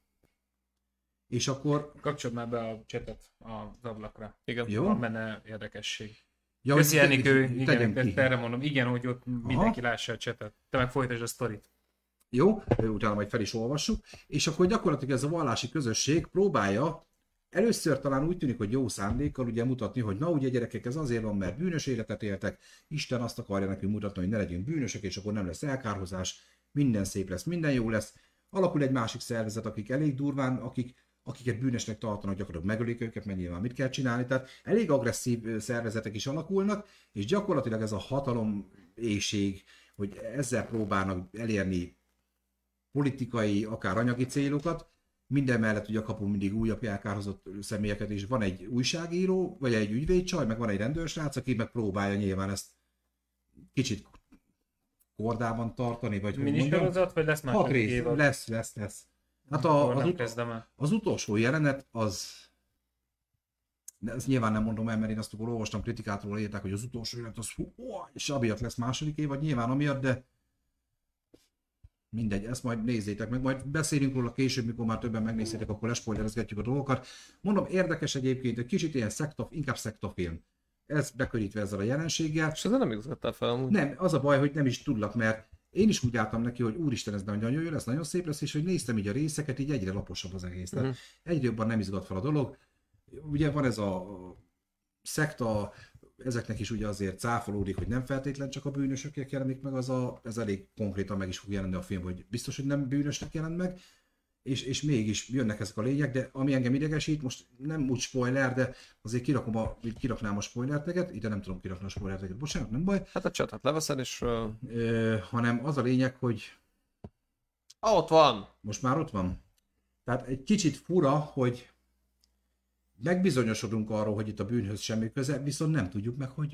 És akkor... Kapcsolod már be a csetet az ablakra. Igen, jó? Van benne érdekesség. Ja, Köszi Enikő, igen, ki. erre mondom, igen, hogy ott mindenki lássa a csetet. Te meg folytasd a sztorit. Jó, utána majd fel is olvassuk. És akkor gyakorlatilag ez a vallási közösség próbálja először talán úgy tűnik, hogy jó szándékkal ugye mutatni, hogy na ugye gyerekek, ez azért van, mert bűnös életet éltek, Isten azt akarja nekünk mutatni, hogy ne legyünk bűnösök, és akkor nem lesz elkárhozás, minden szép lesz, minden jó lesz. Alakul egy másik szervezet, akik elég durván, akiket bűnösnek tartanak, gyakorlatilag megölik őket, mert nyilván mit kell csinálni. Tehát elég agresszív szervezetek is alakulnak, és gyakorlatilag ez a hataloméhség, hogy ezzel próbálnak elérni politikai, akár anyagi célokat, minden mellett ugye a kapun mindig újabb elkárhozott személyeket, és van egy újságíró, vagy egy ügyvédcsaj, meg van egy rendőrsrác, aki meg próbálja nyilván ezt kicsit kordában tartani, vagy hogy mondjam. Minisorozat, vagy lesz második évad? Lesz. Hát az utolsó jelenet az nyilván nem mondom el, mert én azt akkor olvastam kritikától, írták, hogy az utolsó jelenet az és amiatt lesz második évad, nyilván amiatt, de mindegy, ezt majd nézzétek meg, majd beszélünk róla később, mikor már többen megnézzétek, akkor lespoilerezgetjük a dolgokat. Mondom, érdekes egyébként, egy kicsit ilyen inkább szektafilm. Ez bekörítve ezzel a jelenséggel. És ezzel nem igazgattál fel amúgy. Nem, az a baj, hogy nem is tudlak, mert én is úgy álltam neki, hogy úristen, ez nagyon jó lesz, nagyon szép lesz, és hogy néztem így a részeket, így egyre laposabb az egész. Tehát egyre jobban nem izgat fel a dolog. Ugye van ez a szekta, ezeknek is ugye azért cáfolódik, hogy nem feltétlen csak a bűnösök jelenik meg, ez elég konkrétan meg is fog jelenni a film, hogy biztos, hogy nem bűnösnek jelent meg, és mégis jönnek ezek a lények, de ami engem idegesít, most nem úgy spoiler, de azért kiraknám a spoilerteket, ide nem tudom kirakni a spoilerteket, bocsánat, nem baj. Hát a csatot leveszed, és... hanem az a lényeg, hogy... Ott van! Most már ott van. Tehát egy kicsit fura, hogy megbizonyosodunk arról, hogy itt a bűnhöz semmi köze, viszont nem tudjuk meg, hogy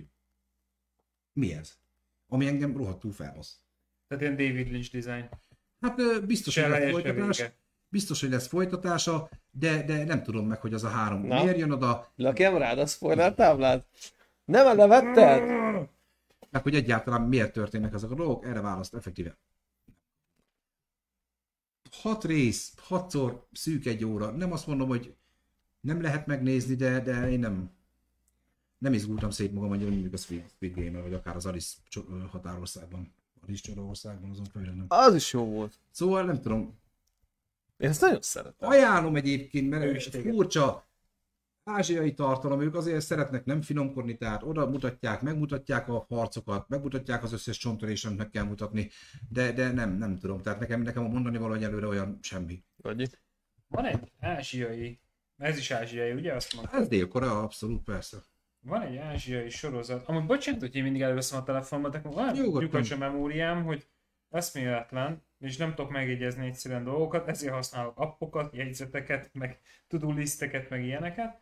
mi ez. Ami engem rohadtul felbasz. Tehát ilyen David Lynch design. Hát biztos, hogy lesz folytatás. Biztos, hogy lesz folytatása, de nem tudom meg, hogy az a 3 miért jön oda. Lakjam rád a spoiler táblát? Nem levetted? Meg hogy egyáltalán miért történnek ezek a dolgok, erre választ effektíve. 6 rész, 6-szor szűk 1 óra. Nem azt mondom, hogy Nem lehet megnézni, de én nem izgultam szét magam, hogy mondjuk a Squid Game-el, vagy akár az Alice határországban. Alice Csodaországban, azon felül nem. Az is jó volt. Szóval nem tudom. Én ezt nagyon szeretem. Ajánlom egyébként, mert furcsa ázsiai tartalom, ők azért szeretnek nem finomkodni, tehát oda mutatják, megmutatják a harcokat, megmutatják az összes csontörést, amit meg kell mutatni, de nem tudom, tehát nekem a mondani való előre olyan semmi. Vagy? Van egy ázsiai, ez is ázsiai, ugye azt mondtad? Ez Dél-Korea, abszolút, persze. Van egy ázsiai sorozat, amúgy bocsánat, hogy én mindig előveszem a telefonba, de van lyukas a memóriám, hogy eszméletlen, és nem tudok megjegyezni egyszerűen dolgokat, ezért használok appokat, jegyzeteket, meg to-do listeket, meg ilyeneket.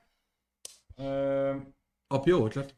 App jó ötlet.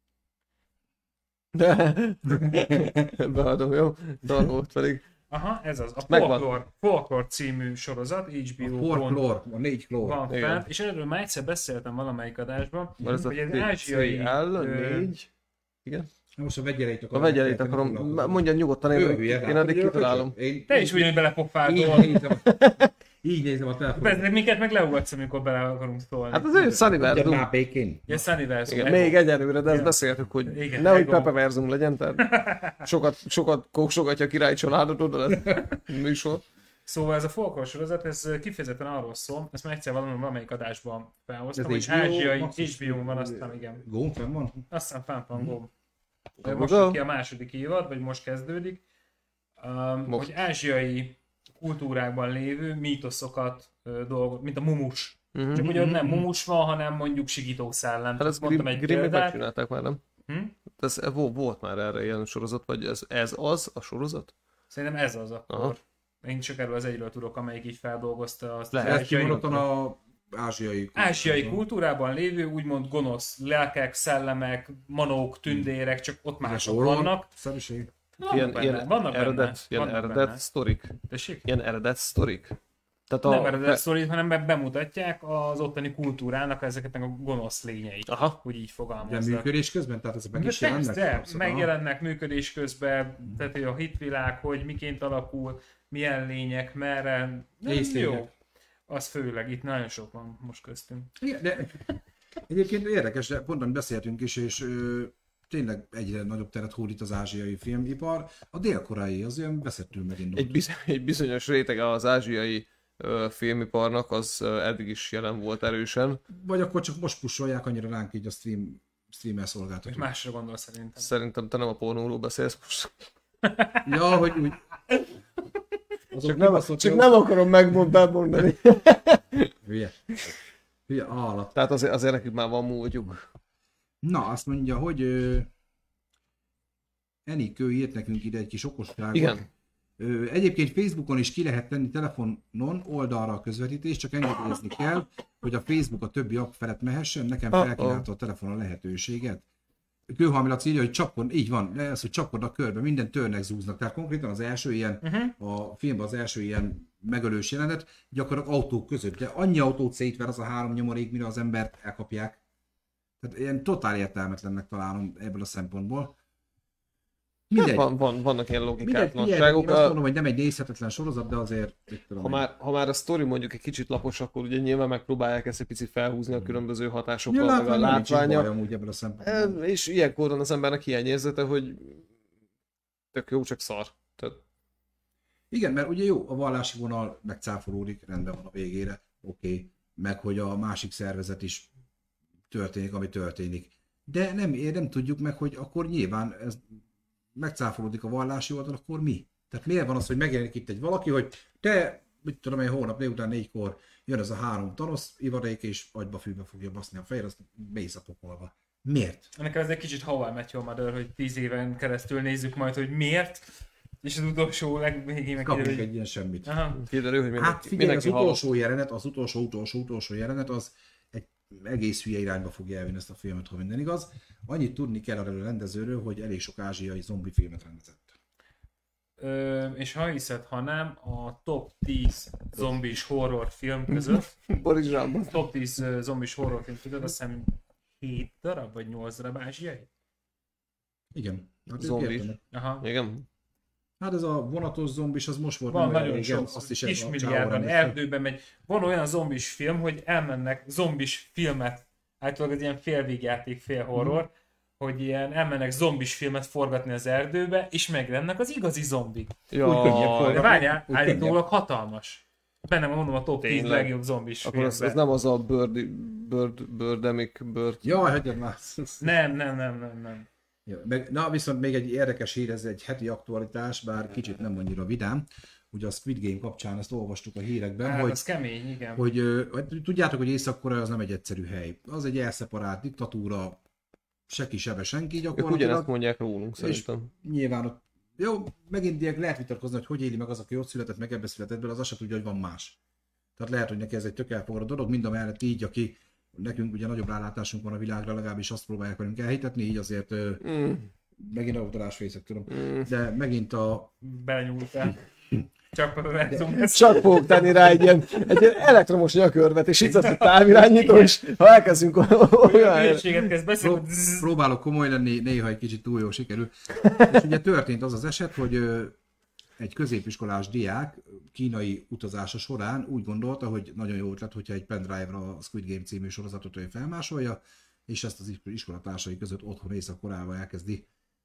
Beadom, jó? Dalgót pedig. Aha, ez az. A Folklore című sorozat, HBO-on. A Folklore, a 4 klór. Van fent, és erről már egyszer beszéltem valamelyik adásban, hogy ez ázsiai... L4... Igen? Most a vegyeleit akarom. A vegyeleit akarom. Mondja nyugodtan, én addig kitalálom. Te is ugyanúgy belepofáltól. Így nézem a telefonon. Minket meg leugatsz, amikor bele akarunk szólni. Hát az ő Sunnyversum. Ja, Sunnyversum. Még egyelőre, de ezt beszéltük, hogy nehogy Pepeversum legyen, tehát sokat kóksogatja a király családot, oda lesz műsor. Szóval ez a Folklore sorozat, ez kifejezetten arról szól, ezt már egyszer valamelyik adásban felhoztam, hogy HBO, ázsiai HBO van, aztán igen. Góm fenn van? Aztán fenn van Góm. Most jött ki a második évad, vagy most kezdődik. Hogy ázsiai kultúrákban lévő mítoszokat, mint a mumus. Csak ugye ott nem mumus van, hanem mondjuk sigítószellem. Hát ezt mondtam egy példát. Megcsinálták már, nem? Ez volt már erre ilyen sorozat, vagy ez az a sorozat? Szerintem ez az akkor. Aha. Én csak erről az egyről tudok, amelyik így feldolgozta azt az ázsiai kultúrában lévő úgymond gonosz lelkek, szellemek, manók, tündérek, csak ott mások vannak. Szerűség. Vannak eredet sztorik. Ilyen eredet sztorik. Nem eredet sztorik, hanem bemutatják az ottani kultúrának ezeket a gonosz lényeit. Aha. Úgy így fogalmaznak. De működés közben? Tehát ezek meg is jelennek? Megjelennek működés közben, tehát a hitvilág, hogy miként alakul, milyen lények, merre. Jó. Az főleg, itt nagyon sok van most köztünk. Igen, de egyébként érdekes, de pont beszéltünk is, és tényleg egyre nagyobb teret hódít az ázsiai filmipar. A dél-koreai az olyan veszettül megindult. Egy bizonyos rétege az ázsiai filmiparnak az eddig is jelen volt erősen. Vagy akkor csak most pusolják annyira ránk így a streamer szolgáltatók. És másra gondol szerintem. Szerintem te nem a pornóról beszélsz most. Ja, hogy úgy... Csak nem akarom mondani. Hülye állat. Tehát azért nekik már van múltjuk. Na, azt mondja, hogy Enikő írt nekünk ide egy kis okosságot. Igen. Egyébként Facebookon is ki lehet tenni telefonon oldalra a közvetítést, csak engedélyezni kell, hogy a Facebook a többi app felett mehessen. Nekem felkínálta a telefonon a lehetőséget. Kőhalmilac írja, hogy csapkod, így van, de ez, hogy csapkod a körbe, minden törnek zúznak. Tehát konkrétan az első ilyen, a filmben az első ilyen megölős jelenet, gyakorlatilag autók között, de annyi autót szétver az a 3 nyomorék, mire az embert elkapják. Tehát ilyen totál értelmetlennek találom ebből a szempontból. Mindegy. Vannak ilyen logikátlanságok. Én azt mondom, hogy nem egy nézhetetlen sorozat, de azért... Ha már a sztori mondjuk egy kicsit lapos, akkor ugye nyilván megpróbálják ezt egy picit felhúzni a különböző hatásokkal, meg a látványa. És ilyenkor van az embernek hiányérzete, hogy tök jó, csak szar. Tehát... Igen, mert ugye jó, a vallási vonal megcáfolódik, rendben van a végére, oké. Meg hogy a másik szervezet is történik, ami történik. De nem tudjuk meg, hogy akkor nyilván ez megcáfolódik a vallási oldal, akkor mi? Tehát miért van az, hogy megjelenik itt egy valaki, hogy te, mit tudom én, hónap délután 4-kor jön ez a 3 tanosz ivadék, és agyba fűbe fogja baszni a fejre, azt mész a pokolba. Miért? Nekem ez egy kicsit How I Met Your Mother, hogy 10 éven keresztül nézzük majd, hogy miért, és az utolsó legvégén meg kapunk egy ilyen semmit. Kiderül, hogy hát figyelj, az utolsó jelenet, az utolsó jelenet, az egy egész hülye irányba fogja elvinni ezt a filmet, ha minden igaz. Annyit tudni kell arra a rendezőről, hogy elég sok ázsiai zombi filmet rendezett. És ha hiszed, ha nem, a top 10 zombis horror film között, top 10 zombis horror film között, azt hiszem 7 darab vagy 8 darab ázsiai? Igen. Zombis. Aha. Igen. Hát ez a vonatos zombis, az most volt. Van nem nagyon régen, sok, azt is kismilliárdban erdőben megy. Van olyan zombis film, hogy elmennek zombis filmet, általában ez ilyen félvégjáték, fél horror, hogy ilyen elmennek zombis filmet forgatni az erdőbe, és megjelennek az igazi zombik. De várjál, állítólag hatalmas. Benne mondom a top 10 legjobb zombis filmben. Akkor az nem az a Birdemic. Jaj, hagyjad már. Nem. Ja, na viszont még egy érdekes hír, ez egy heti aktualitás, bár kicsit nem annyira vidám. Ugye a Squid Game kapcsán ezt olvastuk a hírekben, hát, hogy, az kemény, igen. Hogy tudjátok, hogy Észak-Korea az nem egy egyszerű hely. Az egy elszeparált diktatúra, se ki sebe senki gyakorlatilag. Ők ugyanezt mondják rólunk szerintem. Nyilván ott, jó, megint lehet vitatkozni, hogy éli meg az, aki ott született, meg ebbe született belőle, az azt se tudja, hogy van más. Tehát lehet, hogy neki ez egy tök elfogadott dolog, mind a mellett így, aki nekünk ugye nagyobb rálátásunk van a világra, legalábbis azt próbálják velünk elhitetni, így azért megint autorás fészek, tudom. De megint a... Belenyúltál. Csak fogok tenni rá egy ilyen elektromos nyakörvet, és itt az a távirányító, és ha elkezdünk olyan... Próbálok komoly lenni, néha egy kicsit túl jó sikerül. És ugye történt az az eset, hogy egy középiskolás diák kínai utazása során úgy gondolta, hogy nagyon jó ötlet, hogyha egy pendrive-ra a Squid Game című sorozatot ő felmásolja, és ezt az iskolatársai között otthon Észak-Koreában elkezdi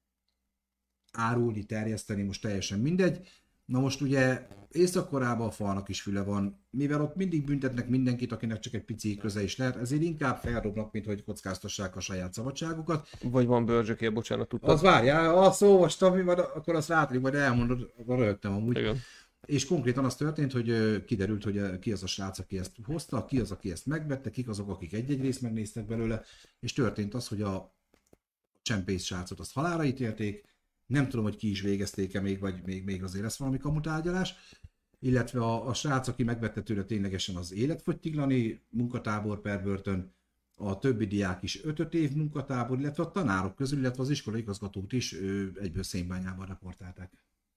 árulni, terjeszteni, most teljesen mindegy. Na most ugye Észak-Koreában a falnak is füle van, mivel ott mindig büntetnek mindenkit, akinek csak egy pici köze is lehet, ezért inkább feldobnak, mint hogy kockáztassák a saját szabadságukat. Vagy van bőrzsökél, bocsánat, tudtam. Az várjál, azt olvastam, akkor azt rátljuk, majd elmondod, akkor rögtem amúgy. Igen. És konkrétan az történt, hogy kiderült, hogy ki az a srác, aki ezt hozta, ki az, aki ezt megvette, kik azok, akik egy-egy részt megnéztek belőle, és történt az, hogy a csempész srácot azt halálra ítélték, nem tudom, hogy ki is végezték-e még, vagy még azért lesz valami kamutárgyalás, illetve a srác, aki megvette tőle ténylegesen az életfogytiglani munkatábor per börtön, a többi diák is 5 év munkatábor, illetve a tanárok közül, illetve az iskolai igazgatót is egyből Szénbányában reportálták.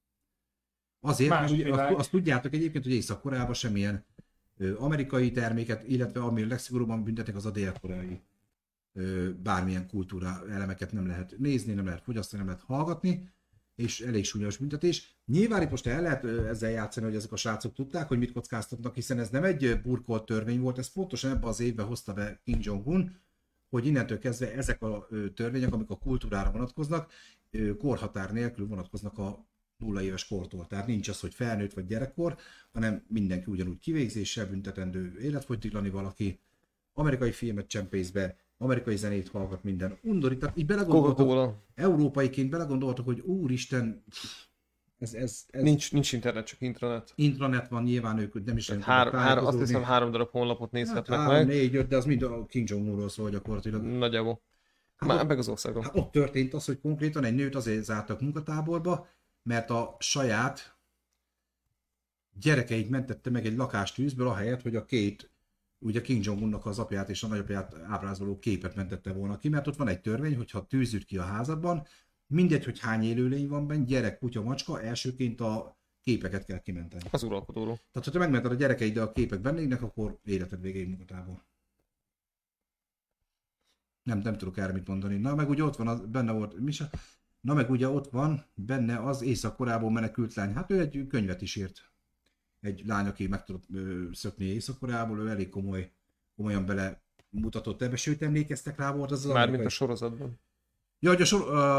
Azért, mert azt tudjátok egyébként, hogy Észak-Koreában semmilyen amerikai terméket, illetve ami legszigorúbban büntetnek, az a dél-koreai bármilyen kultúra elemeket nem lehet nézni, nem lehet fogyasztani, nem lehet hallgatni, és elég súlyos büntetés. Nyilván itt most el lehet ezzel játszani, hogy ezek a srácok tudták, hogy mit kockáztatnak, hiszen ez nem egy burkolt törvény volt, ez pontosan ebben az évben hozta be Kim Jong-un, hogy innentől kezdve ezek a törvények, amik a kultúrára vonatkoznak, korhatár nélkül vonatkoznak a 0 éves kortól. Tehát nincs az, hogy felnőtt vagy gyerekkor, hanem mindenki ugyanúgy kivégzéssel büntetendő életfogytiglani valaki, amerikai filmet csempész be, amerikai zenét hallgat, minden undorít. Tehát így belegondoltak, európaiként belegondoltak, hogy úristen, ez... Nincs internet, csak intranet. Intranet van, nyilván ők nem is... Azt hiszem 3 darab honlapot nézhetnek meg. 4-5, de az mind a Kim Jong-unról szól gyakorlatilag. Nagyjából. Már meg az országon. Hát ott történt az, hogy konkrétan egy nőt azért zártak munkatáborba, mert a saját gyerekeit mentette meg egy lakástűzből, ahelyett, hogy a két, ugye Kim Jong-unnak az apját és a nagyapját ábrázoló képet mentette volna ki, mert ott van egy törvény, hogyha tűz üt ki a házadban, mindegy, hogy hány élőlény van benne, gyerek, kutya, macska, elsőként a képeket kell kimenteni. Az uralkodóról. Tehát, ha te megmented a gyerekeid, de a képek bennének, akkor életed végéig munkatából. Nem tudok erre mit mondani. Na, meg ugye ott van, benne volt, Misa. Na meg ugye ott van benne az Észak-Koreából menekült lány. Hát ő egy könyvet is írt. Egy lány, aki meg tudott szökni Észak-Koreából, ő elég komolyan bele mutatott ebbe, sőt emlékeztek rá volt az mármint a sorozatban. Ja, hogy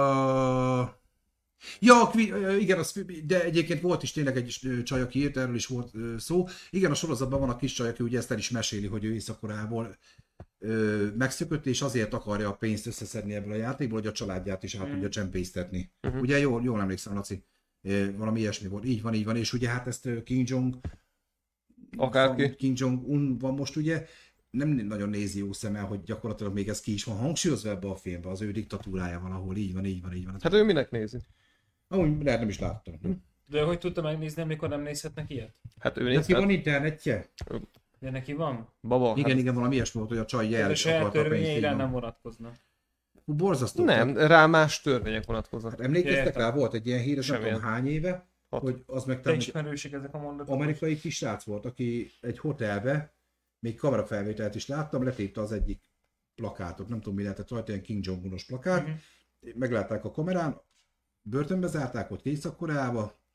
igen, de egyébként volt is tényleg egy csaj, aki írt, erről is volt szó. Igen, a sorozatban van a kis csaj, aki ugye ezt el is meséli, hogy ő Észak-Koreából megszökött, és azért akarja a pénzt összeszedni ebből a játékból, hogy a családját is át tudja csempésztetni. Ugye jól emlékszem, Laci, valami ilyesmi volt. Így van, és ugye hát ezt Kim Jong-un van most ugye, nem nagyon nézi jó szemmel, hogy gyakorlatilag még ez ki is van hangsúlyozva ebbe a filmbe, az ő diktatúrája valahol, így van. Hát ő minek nézi? Amúgy lehet nem is láttam. De hogy tudta megnézni, amikor nem nézhetnek ilyet? Hát ő nézhet. Neki van internetje? De neki van? Baba. Igen, valami ilyesmi volt, hogy a csaj jel. De a saját törvényeire nem vonatkoznak. Borzasztó. Nem, rá más törvények vonatkoznak. Hát emlékeztek rá, volt egy ilyen hír, nem tudom hány éve, hogy az meg ismerőség ezek a mondatok. Amerikai kisrác volt, aki egy hotelbe, még kamerafelvételt is láttam, letépte az egyik plakátot, nem tudom mi lehetett rajta, ilyen Kim Jong-unos plakát, meglátták a kamerán, börtönbe zárták ott Észak-Koreába,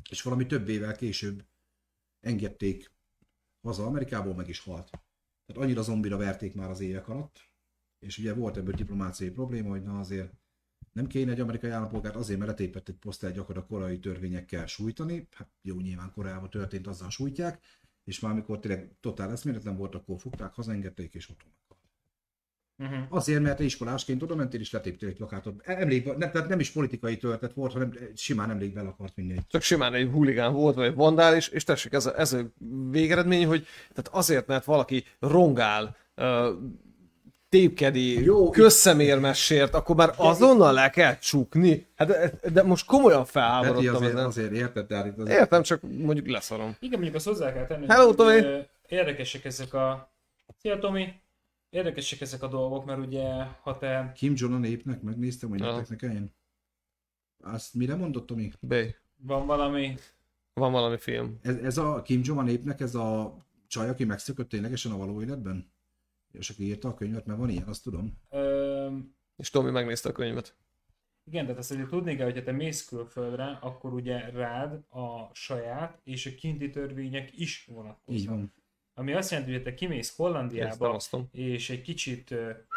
és valami több évvel később engedték haza Amerikából, meg is halt. Tehát annyira zombira verték már az évek alatt, és ugye volt ebből diplomáciai probléma, hogy na azért nem kéne egy amerikai állampolgárt azért, mert letépett egy posztert, akar a korai törvényekkel sújtani. Hát jó, nyilván Koreában történt, azzal sújtják, és már amikor tényleg totál eszméletlen volt, akkor fogták, hazaengedték, és otthon meghalt. Azért, mert te iskolásként oda mentél, és letéptél egy plakátot. Tehát nem is politikai töltet volt, hanem simán emlékbe akart vinni. Csak simán egy huligán volt, vagy egy vandál, és tessék, ez a végeredmény, hogy tehát azért, mert valaki rongál, tépkedi, közszemérmessért, akkor már azonnal le kell csukni. Hát de most komolyan felháborodtam. Azért érted, de azért... Értem, csak mondjuk leszarom. Igen, mondjuk azt hozzá kell tenni, Hello, Tomi! Érdekesek ezek a... Szia, Tomi! Érdekesek ezek a dolgok, mert ugye, ha te... Kim Jong a népnek, megnéztem, hogy nektek ne kelljen. Azt mire mondott, Tomi? Van valami film. Ez a Kim Jong a népnek, ez a csaj, aki megszökött ténylegesen a való életben? És aki írta a könyvet, mert van ilyen, azt tudom. És Tomi megnézte a könyvet. Igen, tehát azt azért tudni kell, hogyha te mész külföldre, akkor ugye rád a saját és a kinti törvények is vonatkoznak. Így van. Ami azt jelenti, hogy te kimész Hollandiába, és egy kicsit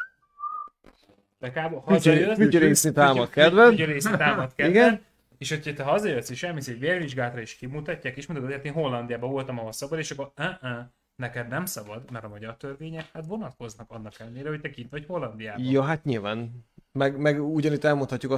fütyörészni támad kedved. Igen. És hogyha te hazajössz, és elmész egy vérvizsgátra, és kimutatják, és mondod, hogy én Hollandiában voltam, ahol szabad, és akkor neked nem szabad, mert a magyar törvények hát vonatkoznak annak ellenére, hogy te kint vagy Hollandiában. Ja, hát nyilván. Meg ugyanitt elmondhatjuk